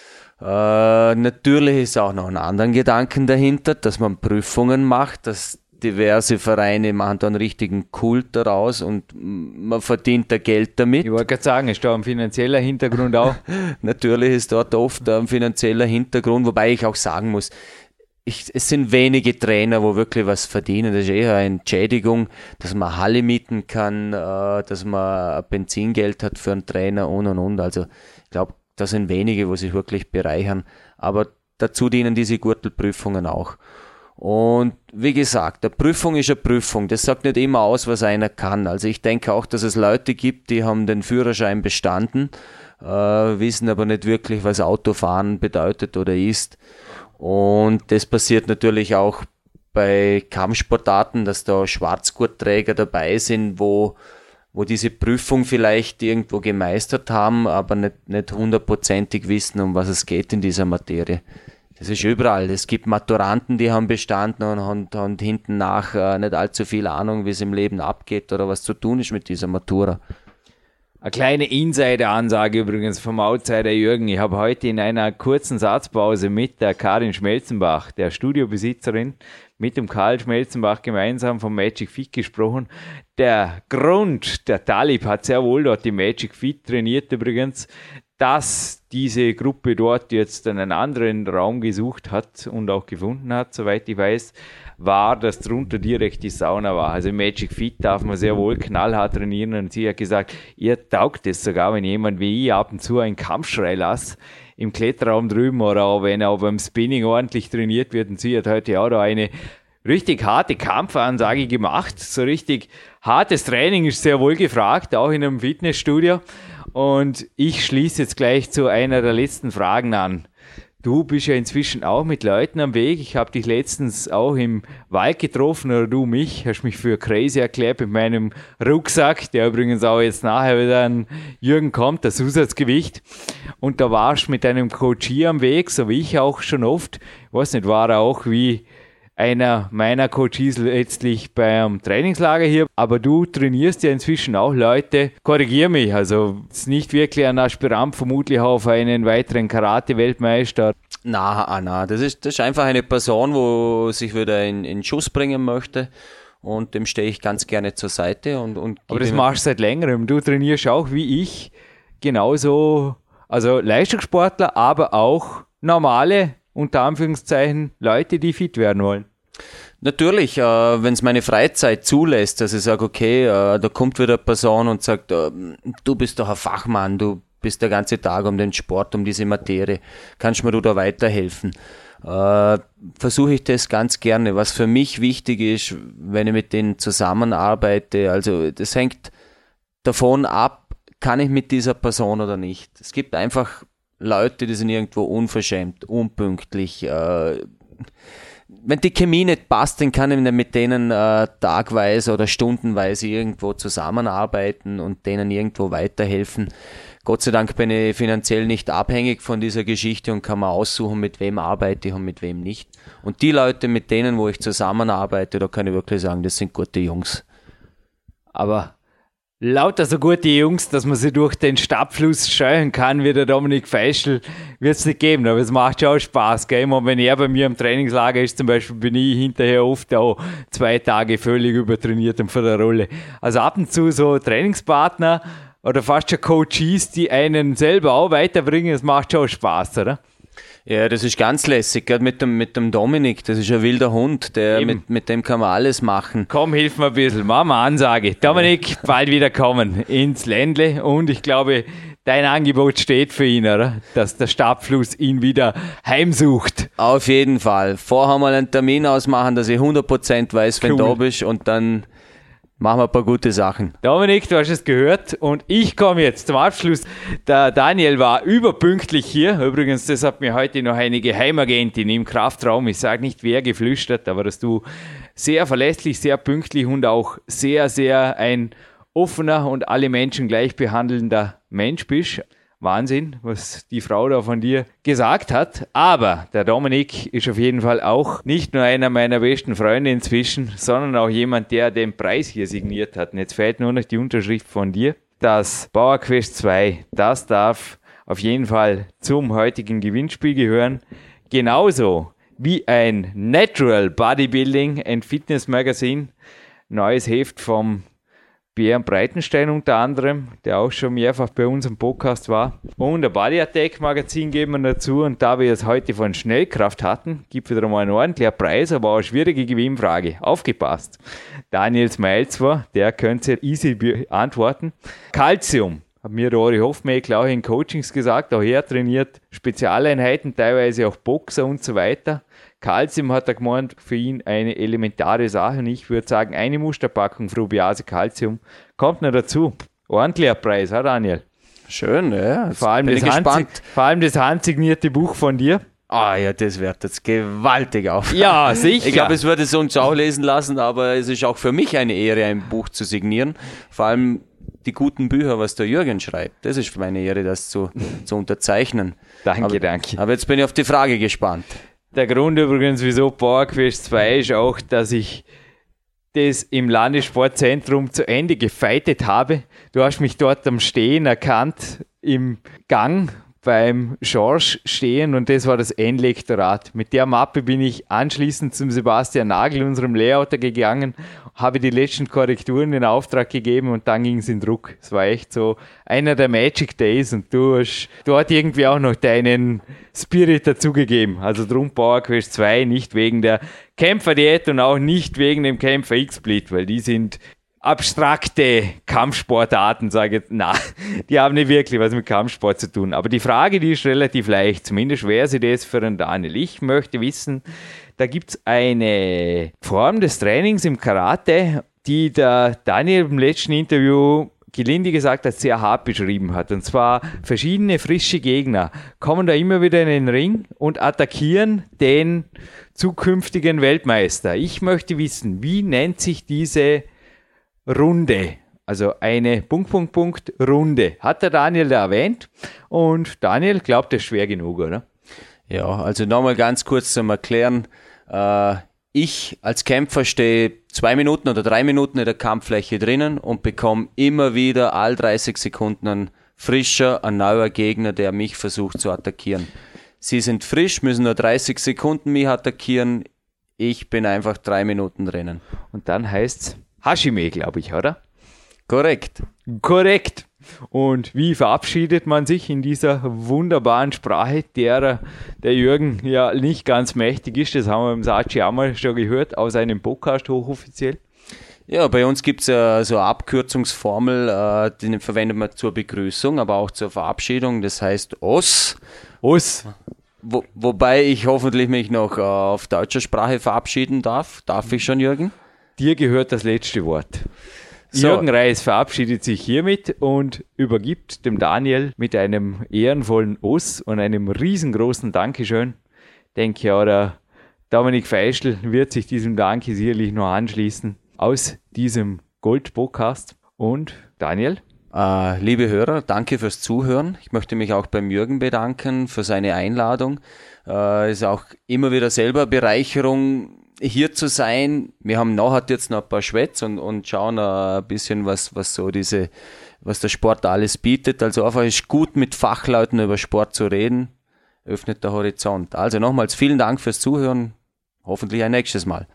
S3: Äh, natürlich ist auch noch ein anderer Gedanken dahinter, dass man Prüfungen macht, dass diverse Vereine machen da einen richtigen Kult daraus und man verdient da Geld damit.
S2: Ich wollte gerade sagen, ist da ein finanzieller Hintergrund auch?
S3: Natürlich ist dort oft ein finanzieller Hintergrund, wobei ich auch sagen muss, Ich, es sind wenige Trainer, wo wirklich was verdienen. Das ist eher eine Entschädigung, dass man Halle mieten kann, äh, dass man Benzingeld hat für einen Trainer und und und. Also ich glaube, das sind wenige, wo sich wirklich bereichern. Aber dazu dienen diese Gürtelprüfungen auch. Und wie gesagt, eine Prüfung ist eine Prüfung. Das sagt nicht immer aus, was einer kann. Also ich denke auch, dass es Leute gibt, die haben den Führerschein bestanden, äh, wissen aber nicht wirklich, was Autofahren bedeutet oder ist. Und das passiert natürlich auch bei Kampfsportarten, dass da Schwarzgurtträger dabei sind, wo, wo diese Prüfung vielleicht irgendwo gemeistert haben, aber nicht, nicht hundertprozentig wissen, um was es geht in dieser Materie. Das ist überall. Es gibt Maturanten, die haben bestanden und haben, haben hinten nach äh, nicht allzu viel Ahnung, wie es im Leben abgeht oder was zu tun ist mit dieser Matura.
S2: Eine kleine Insider-Ansage übrigens vom Outsider Jürgen. Ich habe heute in einer kurzen Satzpause mit der Karin Schmelzenbach, der Studiobesitzerin, mit dem Karl Schmelzenbach gemeinsam vom Magic Fit gesprochen. Der Grund, der Talib hat sehr wohl dort die Magic Fit trainiert übrigens. dass diese Gruppe dort jetzt einen anderen Raum gesucht hat und auch gefunden hat, soweit ich weiß, war, dass drunter direkt die Sauna war. Also im Magic Fit darf man sehr wohl knallhart trainieren und sie hat gesagt, ihr taugt es sogar, wenn jemand wie ich ab und zu einen Kampfschrei lasse im Kletterraum drüben oder auch wenn er beim Spinning ordentlich trainiert wird, und sie hat heute auch da eine richtig harte Kampfansage gemacht. So richtig hartes Training ist sehr wohl gefragt, auch in einem Fitnessstudio. Und ich schließe jetzt gleich zu einer der letzten Fragen an. Du bist ja inzwischen auch mit Leuten am Weg. Ich habe dich letztens auch im Wald getroffen, oder du mich, hast mich für crazy erklärt mit meinem Rucksack, der übrigens auch jetzt nachher wieder an Jürgen kommt, das Zusatzgewicht. Und da warst du mit deinem Coach hier am Weg, so wie ich auch schon oft. Ich weiß nicht, war er auch wie einer meiner Coaches letztlich beim Trainingslager hier. Aber du trainierst ja inzwischen auch Leute. Korrigier mich, also es ist nicht wirklich ein Aspirant vermutlich auf einen weiteren Karate-Weltmeister.
S3: Na, na, das ist, das ist einfach eine Person, wo sich wieder in, in Schuss bringen möchte. Und dem stehe ich ganz gerne zur Seite. Und, und
S2: Aber das machst du seit längerem. Du trainierst auch wie ich genauso, also Leistungssportler, aber auch normale, unter Anführungszeichen, Leute, die fit werden wollen.
S3: Natürlich, äh, wenn es meine Freizeit zulässt, dass ich sage, okay, äh, da kommt wieder eine Person und sagt, äh, du bist doch ein Fachmann, du bist der ganze Tag um den Sport, um diese Materie, kannst du mir da weiterhelfen? Äh, versuche ich das ganz gerne. Was für mich wichtig ist, wenn ich mit denen zusammenarbeite, also das hängt davon ab, kann ich mit dieser Person oder nicht. Es gibt einfach Leute, die sind irgendwo unverschämt, unpünktlich. Äh, wenn die Chemie nicht passt, dann kann ich mit denen äh, tagweise oder stundenweise irgendwo zusammenarbeiten und denen irgendwo weiterhelfen. Gott sei Dank bin ich finanziell nicht abhängig von dieser Geschichte und kann mir aussuchen, mit wem arbeite ich und mit wem nicht. Und die Leute, mit denen, wo ich zusammenarbeite, da kann ich wirklich sagen, das sind gute Jungs.
S2: Aber lauter so gute Jungs, dass man sie durch den Stadtfluss scheuchen kann, wie der Dominik Feischl, wird es nicht geben. Aber es macht schon auch Spaß, gell? Und wenn er bei mir im Trainingslager ist, zum Beispiel, bin ich hinterher oft auch zwei Tage völlig übertrainiert und von der Rolle. Also ab und zu so Trainingspartner oder fast schon Coaches, die einen selber auch weiterbringen, das macht schon Spaß, oder?
S3: Ja, das ist ganz lässig, gerade mit dem, mit dem Dominik, das ist ein wilder Hund, der mit, mit dem kann man alles machen.
S2: Komm, hilf mir ein bisschen, mach mal Ansage. Dominik, bald wieder kommen ins Ländle und ich glaube, dein Angebot steht für ihn, oder? Dass der Stadtfluss ihn wieder heimsucht.
S3: Auf jeden Fall. Vorher mal einen Termin ausmachen, dass ich hundert Prozent weiß, wenn
S2: Cool.
S3: du da bist und dann machen wir ein paar gute Sachen.
S2: Dominik, du hast es gehört und ich komme jetzt zum Abschluss. Der Daniel war überpünktlich hier. Übrigens, das hat mir heute noch eine Geheimagentin im Kraftraum, ich sage nicht wer, geflüstert, aber dass du sehr verlässlich, sehr pünktlich und auch sehr, sehr ein offener und alle Menschen gleich behandelnder Mensch bist. Wahnsinn, was die Frau da von dir gesagt hat. Aber der Dominik ist auf jeden Fall auch nicht nur einer meiner besten Freunde inzwischen, sondern auch jemand, der den Preis hier signiert hat. Und jetzt fehlt nur noch die Unterschrift von dir. Das PowerQuest zwei, das darf auf jeden Fall zum heutigen Gewinnspiel gehören. Genauso wie ein Natural Bodybuilding and Fitness Magazine. Neues Heft vom Björn Breitenstein unter anderem, der auch schon mehrfach bei uns im Podcast war. Und ein Body Attack Magazin geben wir dazu. Und da wir es heute von Schnellkraft hatten, gibt es wieder mal einen ordentlichen Preis, aber auch eine schwierige Gewinnfrage. Aufgepasst. Daniel Smeil zwar, der könnte ihr easy beantworten. Calcium, hat mir der Ori Hofmeckler auch in Coachings gesagt, auch er trainiert Spezialeinheiten, teilweise auch Boxer und so weiter. Calcium hat er gemeint, für ihn eine elementare Sache und ich würde sagen, eine Musterpackung Frubiase Calcium kommt noch dazu. Ordentlicher Preis, ha Daniel?
S3: Schön, ja.
S2: Vor allem, das Hand, vor allem das handsignierte Buch von dir.
S3: Ah ja, das wird jetzt gewaltig auf.
S2: Ja, sicher.
S3: Ich glaube, es würde es uns auch lesen lassen, aber es ist auch für mich eine Ehre, ein Buch zu signieren. Vor allem die guten Bücher, was der Jürgen schreibt. Das ist für meine Ehre, das zu, zu unterzeichnen.
S2: Danke,
S3: aber,
S2: danke.
S3: Aber jetzt bin ich auf die Frage gespannt.
S2: Der Grund übrigens, wieso PowerQuest zwei ist auch, dass ich das im Landessportzentrum zu Ende gefeitet habe. Du hast mich dort am Stehen erkannt, im Gang beim Schorsch stehen und das war das N-Lektorat. Mit der Mappe bin ich anschließend zum Sebastian Nagel, unserem Layouter, gegangen, habe die letzten Korrekturen in Auftrag gegeben und dann ging es in Druck. Es war echt so einer der Magic Days und du hast dort irgendwie auch noch deinen Spirit dazugegeben. Also drum Power Quest zwei, nicht wegen der Kämpferdiät und auch nicht wegen dem Kämpfer X-Split, weil die sind abstrakte Kampfsportarten, sage ich jetzt. Na, die haben nicht wirklich was mit Kampfsport zu tun. Aber die Frage, die ist relativ leicht. Zumindest wäre sie das für den Daniel. Ich möchte wissen, da gibt es eine Form des Trainings im Karate, die der Daniel im letzten Interview gelinde gesagt als sehr hart beschrieben hat. Und zwar verschiedene frische Gegner kommen da immer wieder in den Ring und attackieren den zukünftigen Weltmeister. Ich möchte wissen, wie nennt sich diese Runde? Also eine Punkt, Punkt, Punkt Runde. Hat der Daniel da erwähnt. Und Daniel glaubt, das ist schwer genug, oder?
S3: Ja, also nochmal ganz kurz zum Erklären. Äh, ich als Kämpfer stehe zwei Minuten oder drei Minuten in der Kampffläche drinnen und bekomme immer wieder all dreißig Sekunden ein frischer, ein neuer Gegner, der mich versucht zu attackieren. Sie sind frisch, müssen nur dreißig Sekunden mich attackieren. Ich bin einfach drei Minuten drinnen.
S2: Und dann heißt's Hashime, glaube ich, oder?
S3: Korrekt.
S2: Korrekt. Und wie verabschiedet man sich in dieser wunderbaren Sprache, der der Jürgen ja nicht ganz mächtig ist? Das haben wir im Sachi auch mal schon gehört, aus einem Podcast hochoffiziell.
S3: Ja, bei uns gibt es ja so eine Abkürzungsformel, äh, die verwendet man zur Begrüßung, aber auch zur Verabschiedung. Das heißt Os.
S2: Os.
S3: Wo, wobei ich hoffentlich mich noch äh, auf deutscher Sprache verabschieden darf. Darf ich schon, Jürgen?
S2: Dir gehört das letzte Wort.
S3: So.
S2: Jürgen Reis verabschiedet sich hiermit und übergibt dem Daniel mit einem ehrenvollen Os und einem riesengroßen Dankeschön. Denke ja, der Dominik Feischl wird sich diesem Danke sicherlich noch anschließen aus diesem Gold-Podcast. Und Daniel?
S3: Äh, liebe Hörer, danke fürs Zuhören. Ich möchte mich auch beim Jürgen bedanken für seine Einladung. Es äh, ist auch immer wieder selber Bereicherung, hier zu sein. Wir haben nachher jetzt noch ein paar Schwätz und, und schauen ein bisschen, was, was so diese, was der Sport alles bietet. Also einfach ist gut, mit Fachleuten über Sport zu reden, öffnet der Horizont. Also nochmals vielen Dank fürs Zuhören. Hoffentlich ein nächstes Mal.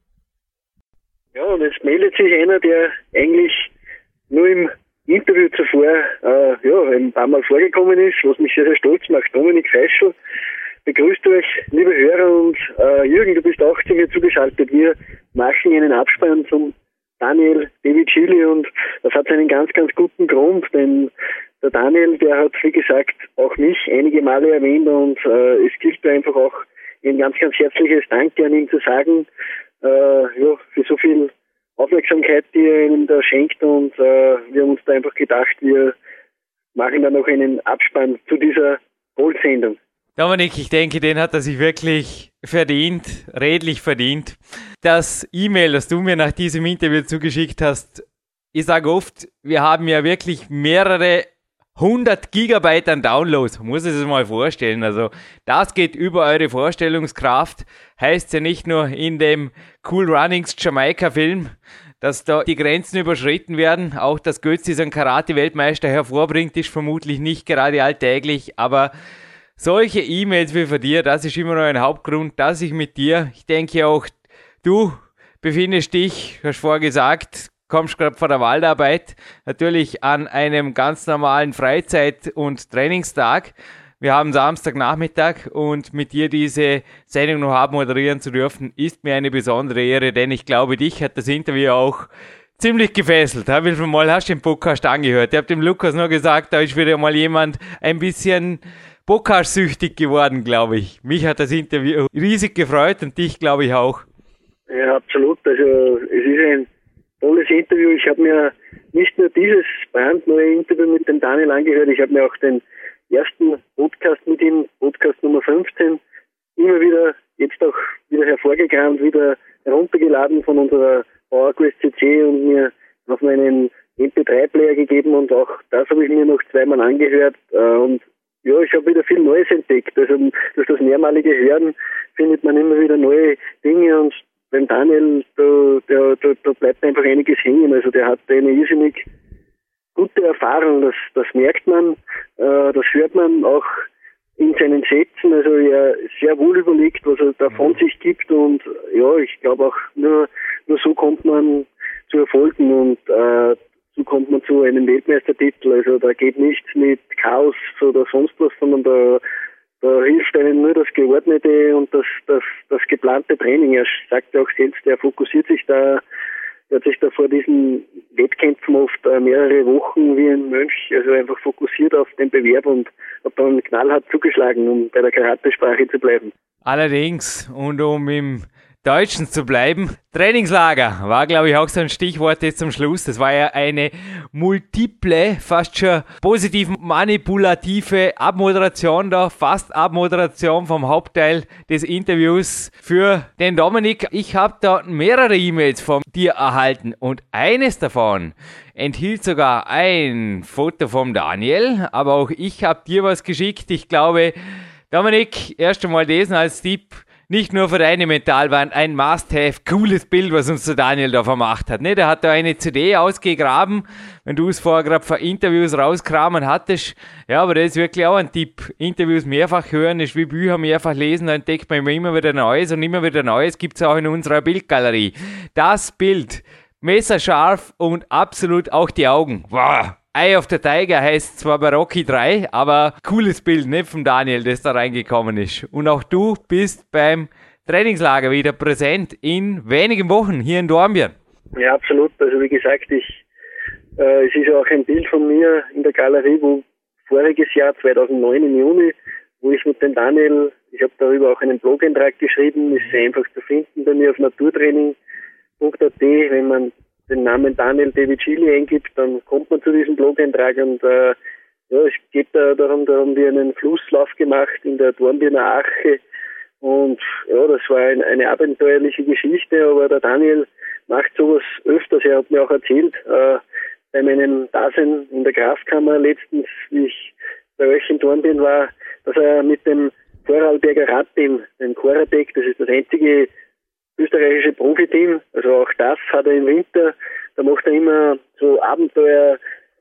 S4: Ja, und jetzt meldet sich einer, der eigentlich nur im Interview zuvor äh, ja, ein paar Mal vorgekommen ist, was mich sehr, sehr stolz macht. Dominik Feischl begrüßt euch, liebe Hörer, und äh, Jürgen, du bist auch zu mir zugeschaltet. Wir machen einen Abspann zum Daniel David Chili und das hat einen ganz, ganz guten Grund, denn der Daniel, der hat, wie gesagt, auch mich einige Male erwähnt und äh, es gilt mir einfach auch ein ganz, ganz herzliches Danke an ihn zu sagen, äh, ja, für so viel Aufmerksamkeit, die er ihm da schenkt, und äh, wir haben uns da einfach gedacht, wir machen da noch einen Abspann zu dieser Goldsendung.
S2: Dominik, ich denke, den hat er sich wirklich verdient, redlich verdient. Das E-Mail, das du mir nach diesem Interview zugeschickt hast, ich sage oft, wir haben ja wirklich mehrere hundert Gigabyte an Downloads, muss ich es mal vorstellen. Also das geht über eure Vorstellungskraft. Heißt ja nicht nur in dem Cool Runnings Jamaika-Film, dass da die Grenzen überschritten werden. Auch dass Götz diesen Karate-Weltmeister hervorbringt, ist vermutlich nicht gerade alltäglich, aber solche E-Mails wie von dir, das ist immer noch ein Hauptgrund, dass ich mit dir, ich denke auch, du befindest dich, hast vorher gesagt, kommst gerade von der Waldarbeit, natürlich an einem ganz normalen Freizeit- und Trainingstag. Wir haben Samstagnachmittag und mit dir diese Sendung noch haben moderieren zu dürfen, ist mir eine besondere Ehre, denn ich glaube, dich hat das Interview auch ziemlich gefesselt. Wie viel Mal hast du den Podcast angehört? Ich habe dem Lukas nur gesagt, da ist wieder mal jemand ein bisschen Podcast-süchtig geworden, glaube ich. Mich hat das Interview riesig gefreut und dich, glaube ich, auch.
S4: Ja, absolut. Also es ist ein tolles Interview. Ich habe mir nicht nur dieses brandneue Interview mit dem Daniel angehört, ich habe mir auch den ersten Podcast mit ihm, Podcast Nummer fünfzehn, immer wieder, jetzt auch wieder hervorgekramt, wieder heruntergeladen von unserer PowerQuest C C und mir auf meinen M P drei Player gegeben, und auch das habe ich mir noch zweimal angehört, und ja, ich habe wieder viel Neues entdeckt. Also durch das mehrmalige Hören findet man immer wieder neue Dinge, und beim Daniel, da, da, da, da bleibt einfach einiges hängen. Also der hat eine irrsinnig gute Erfahrung, das, das merkt man, äh, das hört man auch in seinen Sätzen, also er sehr wohl überlegt, was er da von sich gibt und ja, ich glaube auch nur, nur so kommt man zu Erfolgen und äh, so kommt man zu einem Weltmeistertitel, also da geht nichts mit Chaos oder sonst was, sondern da, da hilft einem nur das Geordnete und das, das, das geplante Training. Er sagt ja auch selbst, er fokussiert sich da, er hat sich da vor diesen Wettkämpfen oft mehrere Wochen wie ein Mönch, also einfach fokussiert auf den Bewerb und hat dann knallhart zugeschlagen, um bei der Karatesprache zu bleiben.
S2: Allerdings, und um im Deutschen zu bleiben, Trainingslager war, glaube ich, auch so ein Stichwort jetzt zum Schluss. Das war ja eine multiple, fast schon positiv manipulative Abmoderation da, fast Abmoderation vom Hauptteil des Interviews für den Dominik. Ich habe da mehrere E-Mails von dir erhalten und eines davon enthielt sogar ein Foto vom Daniel, aber auch ich habe dir was geschickt. Ich glaube, Dominik, erst einmal das als Tipp, nicht nur für deine Mentalwand, ein Must-Have, cooles Bild, was uns der Daniel da vermacht hat. Ne? Der hat da eine C D ausgegraben, wenn du es vorher gerade für Interviews rauskramen hattest. Ja, aber das ist wirklich auch ein Tipp. Interviews mehrfach hören, ist wie Bücher mehrfach lesen, da entdeckt man immer wieder Neues und immer wieder Neues gibt es auch in unserer Bildgalerie. Das Bild, messerscharf und absolut auch die Augen. Wow! Eye of the Tiger heißt zwar bei Rocky drei, aber cooles Bild, ne, vom Daniel, das da reingekommen ist. Und auch du bist beim Trainingslager wieder präsent in wenigen Wochen hier in Dornbirn.
S4: Ja, absolut. Also wie gesagt, ich, äh, es ist auch ein Bild von mir in der Galerie, wo voriges Jahr, zweitausendneun im Juni, wo ich mit dem Daniel, ich habe darüber auch einen Blog-Eintrag geschrieben, ist sehr einfach zu finden bei mir auf naturtraining punkt a t, wenn man den Namen Daniel Devicili eingibt, dann kommt man zu diesem Blog-Eintrag und äh, ja, es geht da darum, da haben wir einen Flusslauf gemacht in der Dornbirner Arche und ja, das war ein, eine abenteuerliche Geschichte, aber der Daniel macht sowas öfters. Er hat mir auch erzählt, äh, bei meinem Dasein in der Kraftkammer letztens, wie ich bei euch in Dornbirn war, dass er mit dem Vorarlberger Radteam, dem Coratec, das ist das einzige österreichische Profiteam, also auch das hat er im Winter, da macht er immer so Abenteuerwochen,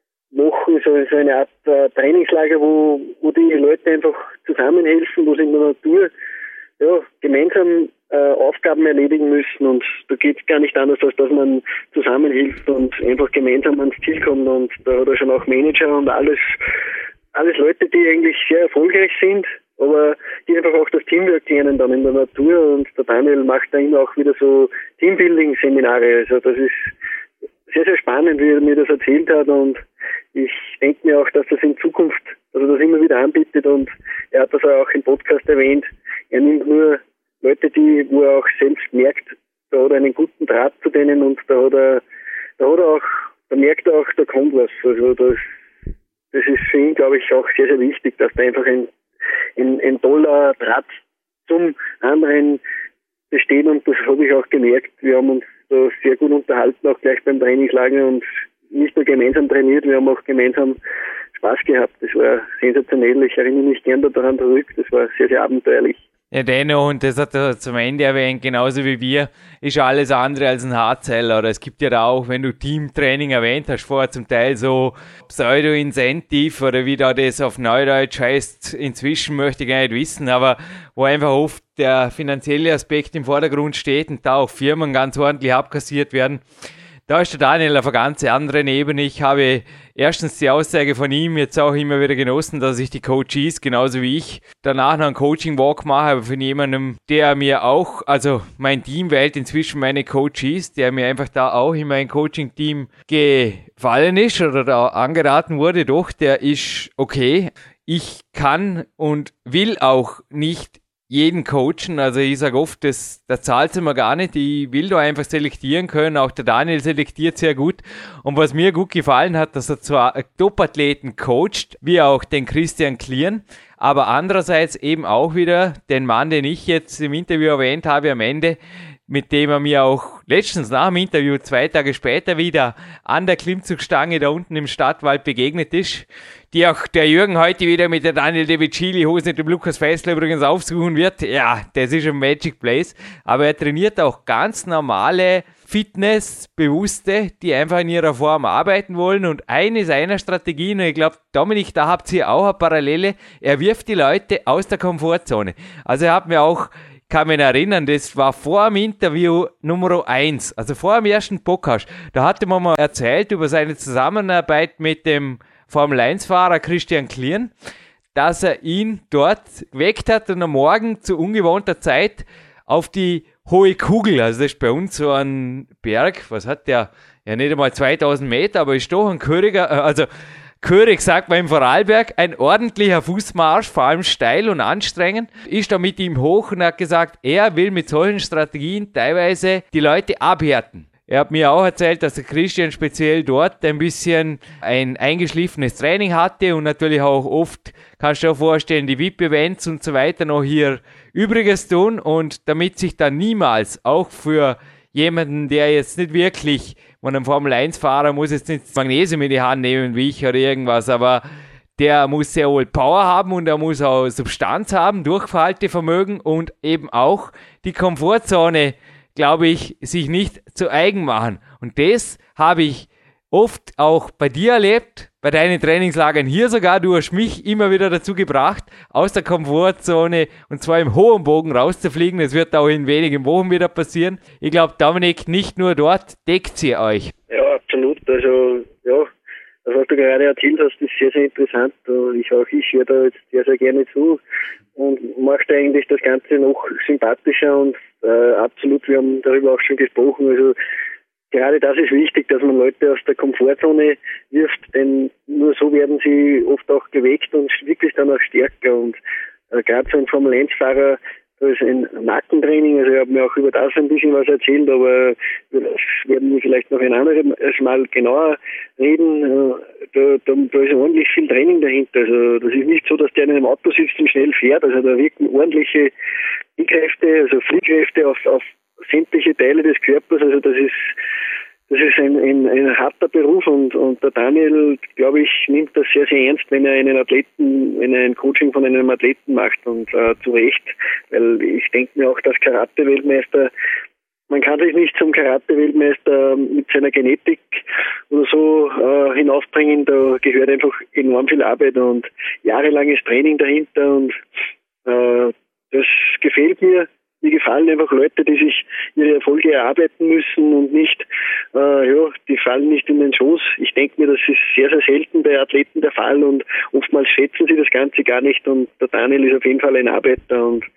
S4: so, so eine Art äh, Trainingslager, wo, wo die Leute einfach zusammenhelfen, wo sie in der Natur ja, gemeinsam äh, Aufgaben erledigen müssen und da geht es gar nicht anders, als dass man zusammenhilft und einfach gemeinsam ans Ziel kommt und da hat er schon auch Manager und alles, alles Leute, die eigentlich sehr erfolgreich sind, aber die einfach auch das Teamwork lernen dann in der Natur und der Daniel macht da immer auch wieder so Teambuilding-Seminare. Also das ist sehr, sehr spannend, wie er mir das erzählt hat und ich denke mir auch, dass das in Zukunft, also das immer wieder anbietet und er hat das auch im Podcast erwähnt, er nimmt nur Leute, die, wo er auch selbst merkt, da hat er einen guten Draht zu denen und da hat er, da hat er auch, da merkt er auch, da kommt was. Also das, das ist für ihn, glaube ich, auch sehr, sehr wichtig, dass da einfach ein Ein, ein toller Draht zum anderen besteht und das habe ich auch gemerkt. Wir haben uns da sehr gut unterhalten, auch gleich beim Trainingslager und nicht nur gemeinsam trainiert, wir haben auch gemeinsam Spaß gehabt. Das war sensationell. Ich erinnere mich gern daran zurück. Das war sehr, sehr abenteuerlich.
S2: Ja, dennoch, und das hat er zum Ende erwähnt, genauso wie wir, ist ja alles andere als ein Hardseller. Oder es gibt ja da auch, wenn du Teamtraining erwähnt hast, vorher zum Teil so Pseudo-Incentive oder wie da das auf Neudeutsch heißt, inzwischen möchte ich gar nicht wissen, aber wo einfach oft der finanzielle Aspekt im Vordergrund steht und da auch Firmen ganz ordentlich abkassiert werden. Da ist der Daniel auf einer ganz anderen Ebene. Ich habe erstens die Aussage von ihm jetzt auch immer wieder genossen, dass ich die Coaches, genauso wie ich, danach noch einen Coaching-Walk mache, aber von jemandem, der mir auch, also mein Team wählt inzwischen meine Coaches, der mir einfach da auch in mein Coaching-Team gefallen ist oder da angeraten wurde, doch, der ist okay. Ich kann und will auch nicht jeden coachen, also ich sage oft, das, das zahlt sie mir gar nicht, ich will da einfach selektieren können, auch der Daniel selektiert sehr gut und was mir gut gefallen hat, dass er zwar Top-Athleten coacht, wie auch den Christian Klien, aber andererseits eben auch wieder den Mann, den ich jetzt im Interview erwähnt habe am Ende, mit dem er mir auch letztens nach dem Interview zwei Tage später wieder an der Klimmzugstange da unten im Stadtwald begegnet ist, die auch der Jürgen heute wieder mit der Daniel Devicili-Hose und dem Lukas Fessler übrigens aufsuchen wird. Ja, das ist ein Magic Place, aber er trainiert auch ganz normale Fitnessbewusste, die einfach in ihrer Form arbeiten wollen. Und eine seiner Strategien, und ich glaube, Dominik, da habt ihr auch eine Parallele, er wirft die Leute aus der Komfortzone. Also er hat mir auch, kann mich erinnern, das war vor dem Interview Nummer eins, also vor dem ersten Podcast, da hatte man mal erzählt über seine Zusammenarbeit mit dem Formel eins Fahrer Christian Klien, dass er ihn dort geweckt hat und am Morgen zu ungewohnter Zeit auf die Hohe Kugel, also das ist bei uns so ein Berg, was hat der? Ja, nicht einmal zweitausend Meter, aber ist doch ein Köriger, also Körig sagt man im Vorarlberg, ein ordentlicher Fußmarsch, vor allem steil und anstrengend, ist da mit ihm hoch und hat gesagt, er will mit solchen Strategien teilweise die Leute abhärten. Er hat mir auch erzählt, dass der Christian speziell dort ein bisschen ein eingeschliffenes Training hatte und natürlich auch oft, kannst du dir vorstellen, die V I P-Events und so weiter noch hier Übriges tun und damit sich dann niemals auch für jemanden, der jetzt nicht wirklich, man ein Formel eins Fahrer muss jetzt nicht Magnesium in die Hand nehmen wie ich oder irgendwas, aber der muss sehr wohl Power haben und er muss auch Substanz haben, Durchhaltevermögen und eben auch die Komfortzone, glaube ich, sich nicht zu eigen machen. Und das habe ich oft auch bei dir erlebt, bei deinen Trainingslagern hier sogar. Du hast mich immer wieder dazu gebracht, aus der Komfortzone und zwar im hohen Bogen rauszufliegen. Das wird auch in wenigen Wochen wieder passieren. Ich glaube, Dominik, nicht nur dort deckt sie euch.
S4: Ja, absolut. Also, ja, das, was du gerade erzählt hast, ist sehr, sehr interessant. Ich auch, ich höre da jetzt sehr, sehr gerne zu und macht eigentlich das Ganze noch sympathischer und äh, absolut, wir haben darüber auch schon gesprochen, also gerade das ist wichtig, dass man Leute aus der Komfortzone wirft, denn nur so werden sie oft auch geweckt und wirklich dann auch stärker und äh, gerade so ein Formel eins Fahrer, da ist ein Nackentraining, also ich habe mir auch über das ein bisschen was erzählt, aber das werden wir vielleicht noch ein anderes Mal genauer reden. Da, da, da ist ordentlich viel Training dahinter. Also das ist nicht so, dass der in einem Auto sitzt und schnell fährt. Also da wirken ordentliche Fliehkräfte, also Fliehkräfte auf, auf sämtliche Teile des Körpers. Also das ist das ist ein, ein, ein harter Beruf und, und der Daniel, glaube ich, nimmt das sehr, sehr ernst, wenn er einen Athleten, wenn er ein Coaching von einem Athleten macht und äh, zu Recht, weil ich denke mir auch, dass Karate-Weltmeister, man kann sich nicht zum Karate-Weltmeister mit seiner Genetik oder so äh, hinaufbringen, da gehört einfach enorm viel Arbeit und jahrelanges Training dahinter und äh, das gefällt mir. Mir gefallen einfach Leute, die sich ihre Erfolge erarbeiten müssen und nicht, äh, ja, die fallen nicht in den Schoß. Ich denke mir, das ist sehr, sehr selten bei Athleten der Fall und oftmals schätzen sie das Ganze gar nicht und der Daniel ist auf jeden Fall ein Arbeiter und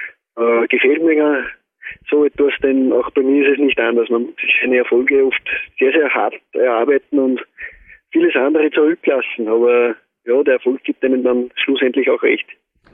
S4: äh, gefällt mir so etwas, denn auch bei mir ist es nicht anders. Man muss sich seine Erfolge oft sehr, sehr hart erarbeiten und vieles andere zurücklassen, aber ja, der Erfolg gibt einem dann schlussendlich auch recht.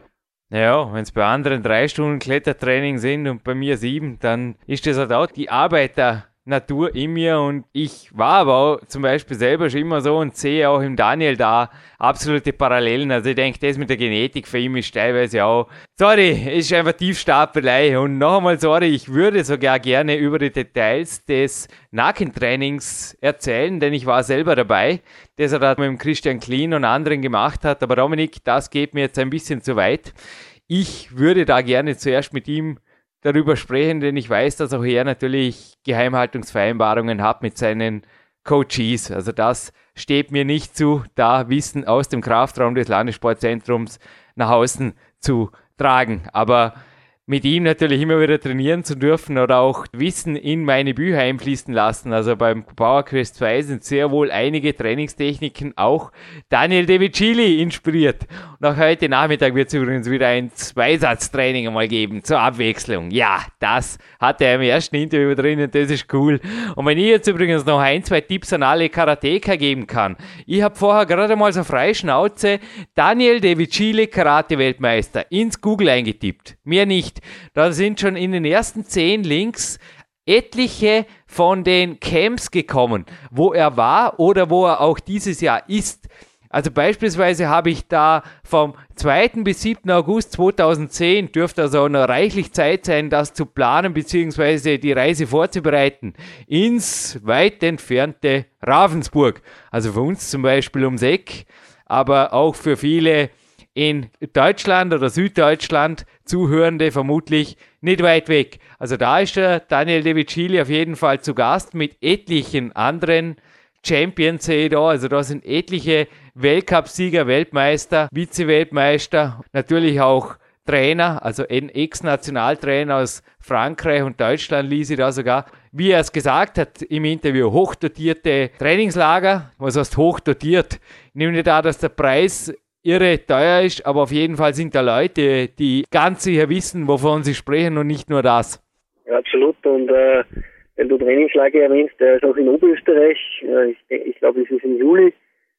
S2: Ja, wenn es bei anderen drei Stunden Klettertraining sind und bei mir sieben, dann ist das halt auch die Arbeit der Natur in mir und ich war aber auch zum Beispiel selber schon immer so und sehe auch im Daniel da absolute Parallelen. Also ich denke, das mit der Genetik für ihn ist teilweise auch, sorry, ist einfach Tiefstapelei und noch einmal sorry, ich würde sogar gerne über die Details des Nackentrainings erzählen, denn ich war selber dabei, das er da mit dem Christian Klien und anderen gemacht hat, aber Dominik, das geht mir jetzt ein bisschen zu weit. Ich würde da gerne zuerst mit ihm darüber sprechen, denn ich weiß, dass auch er natürlich Geheimhaltungsvereinbarungen hat mit seinen Coaches. Also das steht mir nicht zu, da Wissen aus dem Kraftraum des Landessportzentrums nach außen zu tragen. Aber mit ihm natürlich immer wieder trainieren zu dürfen oder auch Wissen in meine Bücher einfließen lassen. Also beim PowerQuest zwei sind sehr wohl einige Trainingstechniken auch Daniel De Vicili inspiriert. Und auch heute Nachmittag wird es übrigens wieder ein Zweisatztraining einmal geben, zur Abwechslung. Ja, das hat er im ersten Interview drin und das ist cool. Und wenn ich jetzt übrigens noch ein, zwei Tipps an alle Karateka geben kann. Ich habe vorher gerade mal so frei Schnauze Daniel De Vicili Karate-Weltmeister ins Google eingetippt. Mehr nicht. Da sind schon in den ersten zehn Links etliche von den Camps gekommen, wo er war oder wo er auch dieses Jahr ist. Also beispielsweise habe ich da vom zweiten bis siebten August zweitausendzehn, dürfte also noch reichlich Zeit sein, das zu planen bzw. die Reise vorzubereiten, ins weit entfernte Ravensburg. Also für uns zum Beispiel ums Eck, aber auch für viele in Deutschland oder Süddeutschland Zuhörende vermutlich nicht weit weg. Also da ist der Daniel De Vicilli auf jeden Fall zu Gast mit etlichen anderen Champions sehe ich da. Also da sind etliche Weltcupsieger, Weltmeister, Vize-Weltmeister, natürlich auch Trainer, also ein Ex-Nationaltrainer aus Frankreich und Deutschland ließ ich da sogar, wie er es gesagt hat im Interview, hochdotierte Trainingslager. Was heißt hochdotiert? Ich nehme nicht an, dass der Preis irre teuer ist, aber auf jeden Fall sind da Leute, die ganz sicher wissen, wovon sie sprechen und nicht nur das.
S4: Ja, absolut. Und äh, wenn du Trainingslager erwähnst, der ist auch in Oberösterreich, äh, ich, ich glaube, es ist im Juli,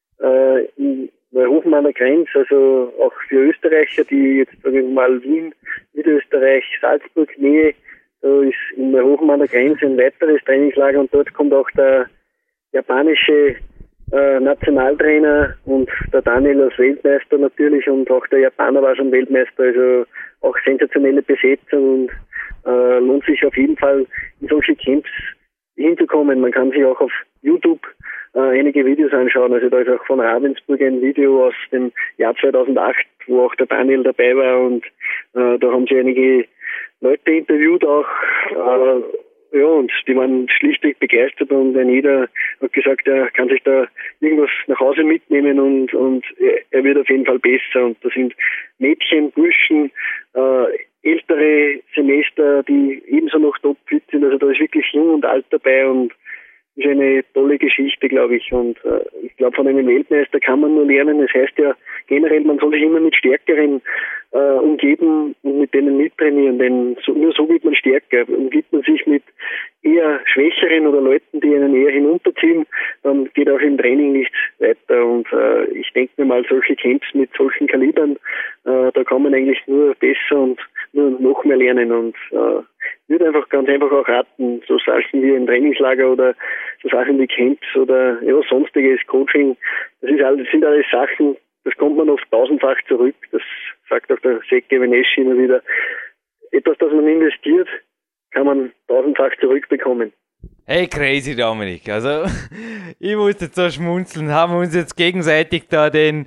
S4: äh, in Neuhofen an der Grenze, also auch für Österreicher, die jetzt, sagen wir mal, Wien, Niederösterreich, Salzburg, Nähe, da ist in Neuhofen an der Grenze ein weiteres Trainingslager und dort kommt auch der japanische äh, Nationaltrainer und der Daniel als Weltmeister natürlich und auch der Japaner war schon Weltmeister, also auch sensationelle Besetzung und äh, lohnt sich auf jeden Fall in solche Camps hinzukommen. Man kann sich auch auf YouTube äh, einige Videos anschauen. Also da ist auch von Ravensburg ein Video aus dem Jahr zweitausendacht, wo auch der Daniel dabei war und äh, da haben sie einige Leute interviewt auch. Äh, ja, und die waren schlichtweg begeistert und ein jeder hat gesagt, er kann sich da irgendwas nach Hause mitnehmen und, und er wird auf jeden Fall besser. Und da sind Mädchen, Burschen, äh, ältere Semester, die ebenso noch topfit sind. Also da ist wirklich jung und alt dabei und ist eine tolle Geschichte, glaube ich. Und äh, ich glaube, von einem Weltmeister kann man nur lernen. Das heißt ja generell, man soll sich immer mit Stärkeren äh, umgeben und mit denen mittrainieren, denn so, nur so wird man stärker. Umgibt man sich mit eher Schwächeren oder Leuten, die einen eher hinunterziehen, dann geht auch im Training nichts weiter. Und äh, ich denke mir mal, solche Camps mit solchen Kalibern, äh, da kann man eigentlich nur besser und nur noch mehr lernen. Und äh, würde einfach ganz einfach auch raten, so Sachen wie ein Trainingslager oder so Sachen wie Camps oder ja, sonstiges Coaching, das ist alles, das sind alles Sachen, das kommt man oft tausendfach zurück. Das sagt auch der Zek Geveneschi immer wieder. Etwas, das man investiert, kann man tausendfach zurückbekommen.
S2: Hey, crazy Dominik. Also, ich muss jetzt so schmunzeln. Haben wir uns jetzt gegenseitig da den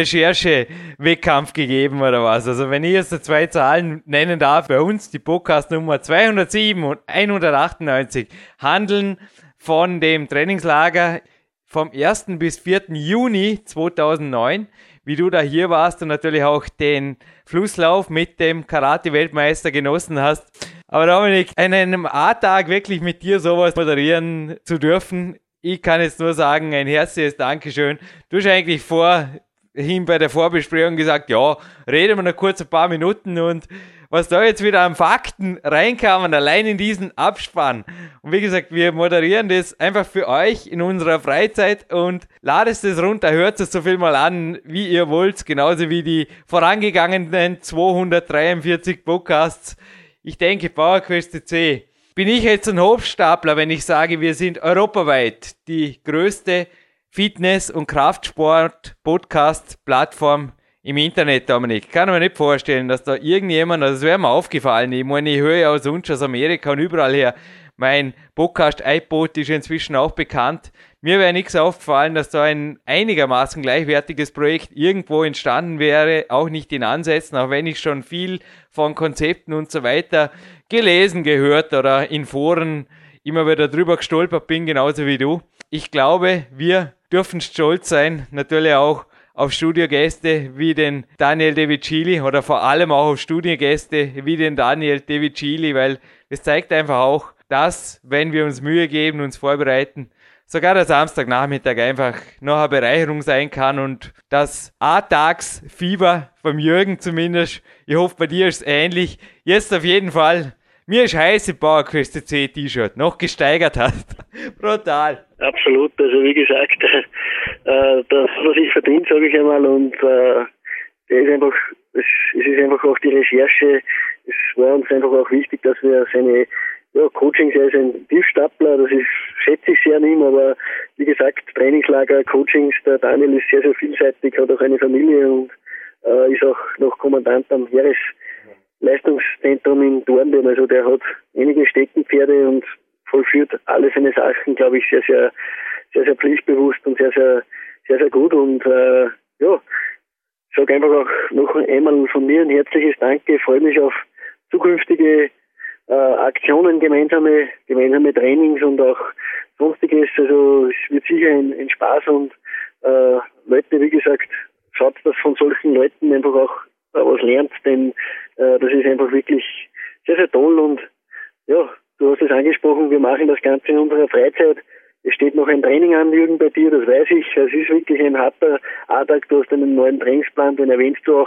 S2: Recherche-Wettkampf gegeben oder was? Also, wenn ich jetzt zwei Zahlen nennen darf, bei uns die Podcast-Nummer zweihundertsieben und hundertachtundneunzig handeln von dem Trainingslager vom ersten bis vierten Juni zweitausendneun, wie du da hier warst und natürlich auch den Flusslauf mit dem Karate-Weltmeister genossen hast. Aber Dominik, an einem A-Tag wirklich mit dir sowas moderieren zu dürfen, ich kann jetzt nur sagen, ein herzliches Dankeschön. Du hast eigentlich vorhin bei der Vorbesprechung gesagt, ja, reden wir noch kurz ein paar Minuten und was da jetzt wieder an Fakten reinkamen, allein in diesen Abspann. Und wie gesagt, wir moderieren das einfach für euch in unserer Freizeit und ladet es runter, hört es so viel mal an, wie ihr wollt, genauso wie die vorangegangenen zweihundertdreiundvierzig Podcasts. Ich denke, PowerQuest C C, bin ich jetzt ein Hochstapler, wenn ich sage, wir sind europaweit die größte Fitness- und Kraftsport-Podcast-Plattform im Internet, Dominik. Kann man nicht vorstellen, dass da irgendjemand, also das wäre mir aufgefallen, ich meine, ich höre ja aus uns, aus Amerika und überall her, mein Podcast-iPod ist inzwischen auch bekannt. Mir wäre nichts aufgefallen, dass da ein einigermaßen gleichwertiges Projekt irgendwo entstanden wäre, auch nicht in Ansätzen, auch wenn ich schon viel von Konzepten und so weiter gelesen, gehört oder in Foren immer wieder drüber gestolpert bin, genauso wie du. Ich glaube, wir dürfen stolz sein, natürlich auch auf Studiogäste wie den Daniel De Vicilli oder vor allem auch auf Studiogäste wie den Daniel De Vicilli, weil es zeigt einfach auch, dass, wenn wir uns Mühe geben, uns vorbereiten, sogar der Samstagnachmittag einfach noch eine Bereicherung sein kann und das A-Tags-Fieber vom Jürgen zumindest, ich hoffe bei dir ist es ähnlich, jetzt auf jeden Fall, mir ist heiß im PowerQuest C C T-Shirt, noch gesteigert hast. Brutal.
S4: Absolut, also wie gesagt, äh, das, was ich verdient, sage ich einmal, und äh, der ist einfach, es, es ist einfach auch die Recherche, es war uns einfach auch wichtig, dass wir seine ja, Coachings, er ist ein Tiefstapler, das ist, schätze ich sehr an ihm, aber wie gesagt, Trainingslager, Coachings, der Daniel ist sehr, sehr vielseitig, hat auch eine Familie und äh, ist auch noch Kommandant am Heeresleistungszentrum in Dornbirn, also der hat einige Steckenpferde und vollführt alle seine Sachen, glaube ich, sehr, sehr, sehr, sehr pflichtbewusst und sehr, sehr, sehr, sehr gut und äh, ja, sage einfach auch noch einmal von mir ein herzliches Danke. Ich freue mich auf zukünftige äh, Aktionen, gemeinsame, gemeinsame Trainings und auch sonstiges. Also es wird sicher ein, ein Spaß und äh, Leute, wie gesagt, schaut, dass von solchen Leuten einfach auch äh, was lernt, denn äh, das ist einfach wirklich sehr, sehr toll und ja, du hast es angesprochen, wir machen das Ganze in unserer Freizeit. Es steht noch ein Training an, Jürgen, bei dir, das weiß ich. Es ist wirklich ein harter Alltag. Du hast einen neuen Trainingsplan, den erwähnst du auch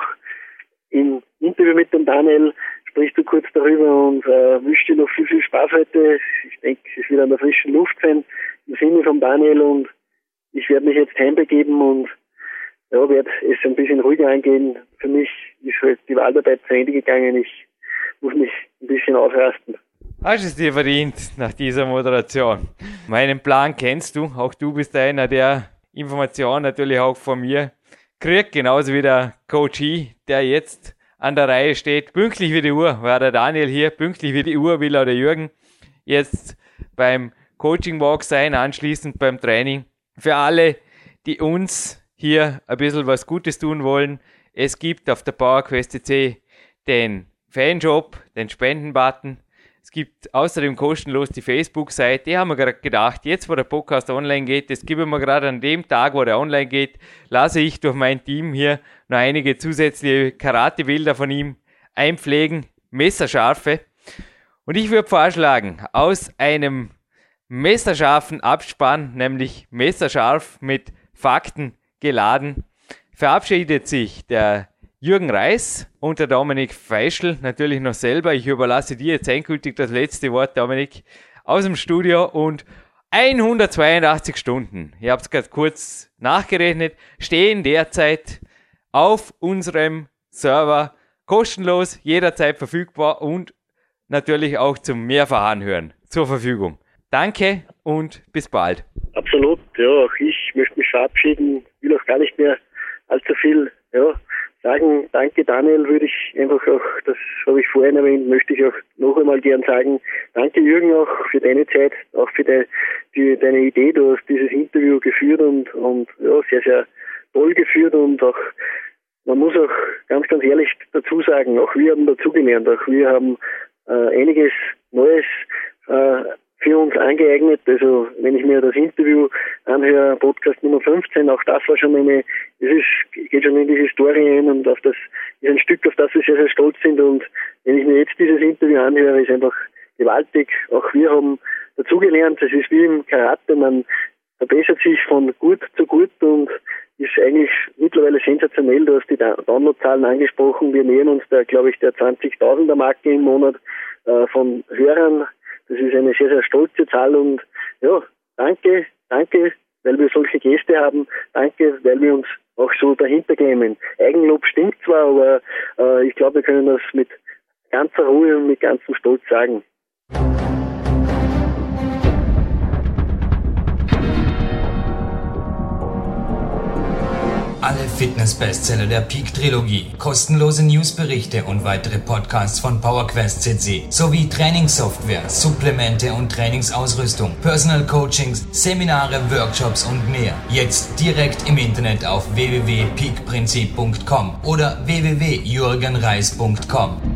S4: im Interview mit dem Daniel. Sprichst du kurz darüber und äh, wünsche dir noch viel, viel Spaß heute. Ich denke, es wird an der frischen Luft sein, im Sinne von Daniel. Und ich werde mich jetzt heimbegeben und ja, werde es ein bisschen ruhiger angehen. Für mich ist halt die Wahlarbeit zu Ende gegangen. Ich muss mich ein bisschen ausrasten.
S2: Hast es dir verdient nach dieser Moderation. Meinen Plan kennst du, auch du bist einer, der Informationen natürlich auch von mir kriegt, genauso wie der Coach I, der jetzt an der Reihe steht. Pünktlich wie die Uhr war der Daniel hier, pünktlich wie die Uhr will auch der Jürgen jetzt beim Coaching Walk sein, anschließend beim Training. Für alle, die uns hier ein bisschen was Gutes tun wollen, es gibt auf der PowerQuest C C den Fanshop, den Spendenbutton. Es gibt außerdem kostenlos die Facebook-Seite. Die haben wir gerade gedacht, jetzt wo der Podcast online geht, das geben wir gerade an dem Tag, wo der online geht, lasse ich durch mein Team hier noch einige zusätzliche Karate-Bilder von ihm einpflegen, messerscharfe. Und ich würde vorschlagen, aus einem messerscharfen Abspann, nämlich messerscharf mit Fakten geladen, verabschiedet sich der Jürgen Reis und der Dominik Feischl natürlich noch selber. Ich überlasse dir jetzt endgültig das letzte Wort, Dominik, aus dem Studio. Und hundertzweiundachtzig Stunden, ihr habt es gerade kurz nachgerechnet, stehen derzeit auf unserem Server kostenlos, jederzeit verfügbar und natürlich auch zum Mehrfachanhören zur Verfügung. Danke und bis bald.
S4: Absolut, ja, auch ich möchte mich verabschieden, will auch gar nicht mehr allzu viel, ja, sagen. Danke Daniel, würde ich einfach auch, das habe ich vorhin erwähnt, möchte ich auch noch einmal gern sagen. Danke Jürgen auch für deine Zeit, auch für de, die, deine Idee. Du hast dieses Interview geführt und, und ja, sehr, sehr toll geführt und auch, man muss auch ganz, ganz ehrlich dazu sagen, auch wir haben dazugelernt, auch wir haben äh, einiges Neues äh, für uns angeeignet. Also wenn ich mir das Interview anhöre, Podcast Nummer fünfzehn, auch das war schon eine, es ist, geht schon in die Historie ein und auf das ist ein Stück, auf das wir sehr, sehr stolz sind. Und wenn ich mir jetzt dieses Interview anhöre, ist einfach gewaltig. Auch wir haben dazugelernt. Es ist wie im Karate, man verbessert sich von gut zu gut und ist eigentlich mittlerweile sensationell. Du hast die Downloadzahlen angesprochen. Wir nähern uns da, glaube ich, der zwanzigtausender Marke im Monat äh, von Hörern. Das ist eine sehr, sehr stolze Zahl und ja, danke, danke, weil wir solche Gäste haben. Danke, weil wir uns auch so dahinter klemmen. Eigenlob stinkt zwar, aber äh, ich glaube, wir können das mit ganzer Ruhe und mit ganzem Stolz sagen.
S1: Alle Fitness-Bestseller der Peak-Trilogie, kostenlose Newsberichte und weitere Podcasts von PowerQuest C C sowie Trainingssoftware, Supplemente und Trainingsausrüstung, Personal Coachings, Seminare, Workshops und mehr. Jetzt direkt im Internet auf w w w punkt peak prinzip punkt com oder w w w punkt jürgen reis punkt com.